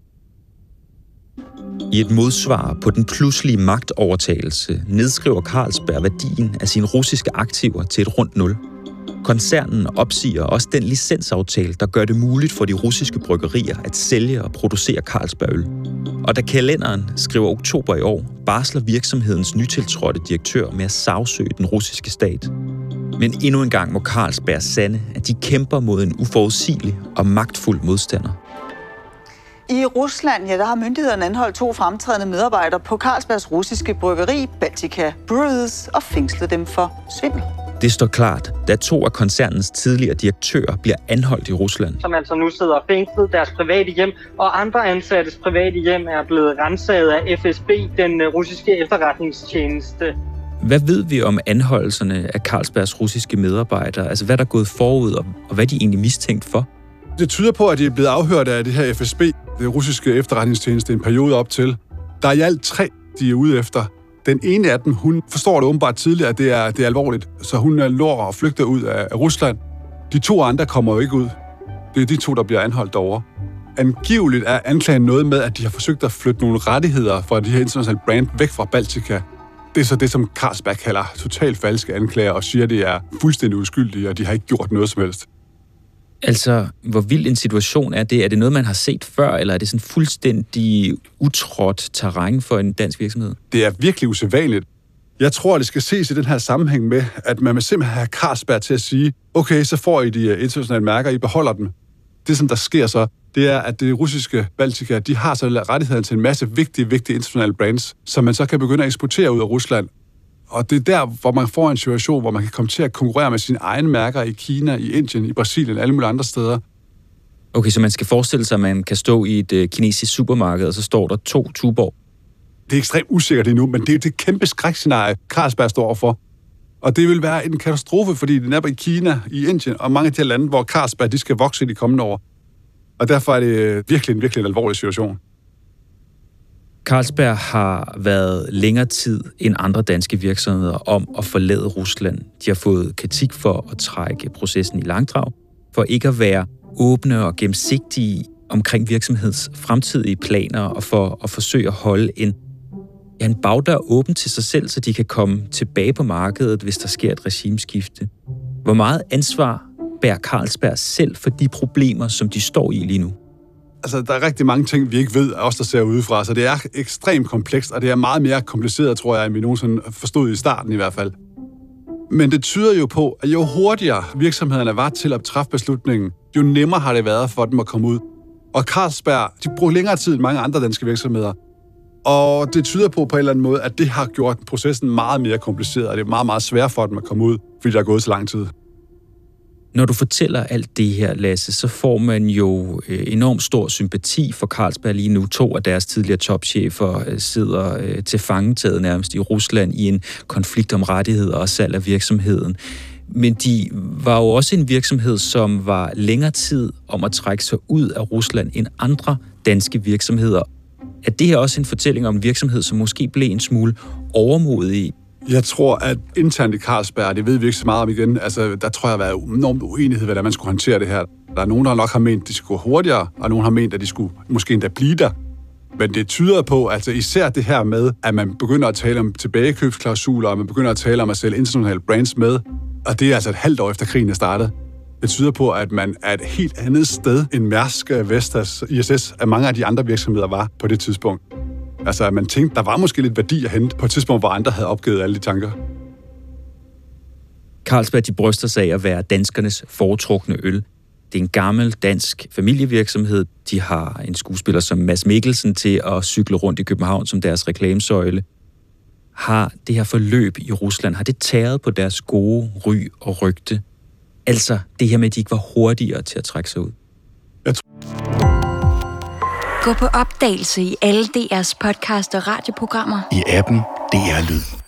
I et modsvar på den pludselige magtovertagelse nedskriver Carlsberg værdien af sine russiske aktiver til et rundt 0. Koncernen opsiger også den licensaftale, der gør det muligt for de russiske bryggerier at sælge og producere Carlsbergøl. Og da kalenderen skriver oktober i år, barsler virksomhedens nytiltrådte direktør med at sagsøge den russiske stat. Men endnu en gang må Carlsberg sande, at de kæmper mod en uforudsigelig og magtfuld modstander. I Rusland, der har myndighederne anholdt 2 fremtrædende medarbejdere på Carlsbergs russiske bryggeri, Baltika Breweries, og fængslet dem for svindel. Det står klart, da 2 af koncernens tidligere direktører bliver anholdt i Rusland. Som altså nu sidder fængslet, deres private hjem, og andre ansattes private hjem er blevet ransaget af FSB, den russiske efterretningstjeneste. Hvad ved vi om anholdelserne af Carlsbergs russiske medarbejdere? Altså, hvad der er gået forud, og hvad de egentlig mistænkt for? Det tyder på, at de er blevet afhørt af det her FSB, det russiske efterretningstjeneste, en periode op til. Der er i alt 3, de er ude efter. Den ene af dem, hun forstår det åbenbart tidligere, at det er alvorligt, så hun lår og flygter ud af Rusland. De 2 andre kommer jo ikke ud. Det er de 2, der bliver anholdt derovre. Angiveligt er anklagen noget med, at de har forsøgt at flytte nogle rettigheder fra de her internationale brand væk fra Baltika. Det er så det, som Carlsberg kalder totalt falske anklager, og siger, at det er fuldstændig uskyldige, og de har ikke gjort noget som helst. Altså, hvor vild en situation er det? Er det noget, man har set før, eller er det sådan fuldstændig utrådt terræn for en dansk virksomhed? Det er virkelig usædvanligt. Jeg tror, det skal ses i den her sammenhæng med, at man vil simpelthen have Carlsberg til at sige, okay, så får I de internationale mærker, I beholder dem. Det, som der sker så, det er, at det russiske Baltika, de har så rettigheden til en masse vigtige internationale brands, som man så kan begynde at eksportere ud af Rusland. Og det er der, hvor man får en situation, hvor man kan komme til at konkurrere med sine egne mærker i Kina, i Indien, i Brasilien og alle mulige andre steder. Okay, så man skal forestille sig, at man kan stå i et kinesisk supermarked, og så står der 2 Tuborg. Det er ekstremt usikkert endnu, men det er det kæmpe skrækscenarie, Carlsberg står overfor. Og det vil være en katastrofe, fordi den er i Kina, i Indien og mange af de her lande, hvor Carlsberg de skal vokse i de kommende år. Og derfor er det virkelig en alvorlig situation. Carlsberg har været længere tid end andre danske virksomheder om at forlade Rusland. De har fået kritik for at trække processen i langdrag, for ikke at være åbne og gennemsigtige omkring virksomheds fremtidige planer og for at forsøge at holde en bagdør åben til sig selv, så de kan komme tilbage på markedet, hvis der sker et regimeskifte. Hvor meget ansvar bærer Carlsberg selv for de problemer, som de står i lige nu? Altså, der er rigtig mange ting, vi ikke ved, os der ser udefra, så det er ekstremt komplekst, og det er meget mere kompliceret, tror jeg, end vi nogensinde forstod i starten i hvert fald. Men det tyder jo på, at jo hurtigere virksomhederne var til at træffe beslutningen, jo nemmere har det været for dem at komme ud. Og Carlsberg, de bruger længere tid end mange andre danske virksomheder. Og det tyder på en eller anden måde, at det har gjort processen meget mere kompliceret, og det er meget, meget svært for dem at komme ud, fordi der er gået så lang tid. Når du fortæller alt det her, Lasse, så får man jo enormt stor sympati for Carlsberg lige nu. 2 af deres tidligere topchefer sidder til fangetaget nærmest i Rusland i en konflikt om rettigheder og salg af virksomheden. Men de var jo også en virksomhed, som var længere tid om at trække sig ud af Rusland end andre danske virksomheder. Er det her også en fortælling om en virksomhed, som måske blev en smule overmodig? Jeg tror, at internt i Carlsberg, det ved vi ikke så meget om igen, altså der tror jeg, at der har været enormt uenighed, hvordan man skulle håndtere det her. Der er nogen, der nok har ment, at de skulle gå hurtigere, og nogen har ment, at de skulle måske endda blive der. Men det tyder på, altså især det her med, at man begynder at tale om tilbagekøbsklausuler, og man begynder at tale om at sælge internationale brands med, og det er altså et halvt år efter krigen er startet. Det tyder på, at man er et helt andet sted end Mærsk, Vestas, ISS, at mange af de andre virksomheder var på det tidspunkt. Altså, at man tænkte, der var måske lidt værdi at hente på et tidspunkt, hvor andre havde opgivet alle de tanker. Carlsberg, de bryster sig af at være danskernes foretrukne øl. Det er en gammel dansk familievirksomhed. De har en skuespiller som Mads Mikkelsen til at cykle rundt i København som deres reklamesøjle. Har det her forløb i Rusland, har det tæret på deres gode ry og rygte? Altså det her med, at de ikke var hurtigere til at trække sig ud. Gå på opdagelse i alle DR's podcast og radioprogrammer. I appen DR Lyd.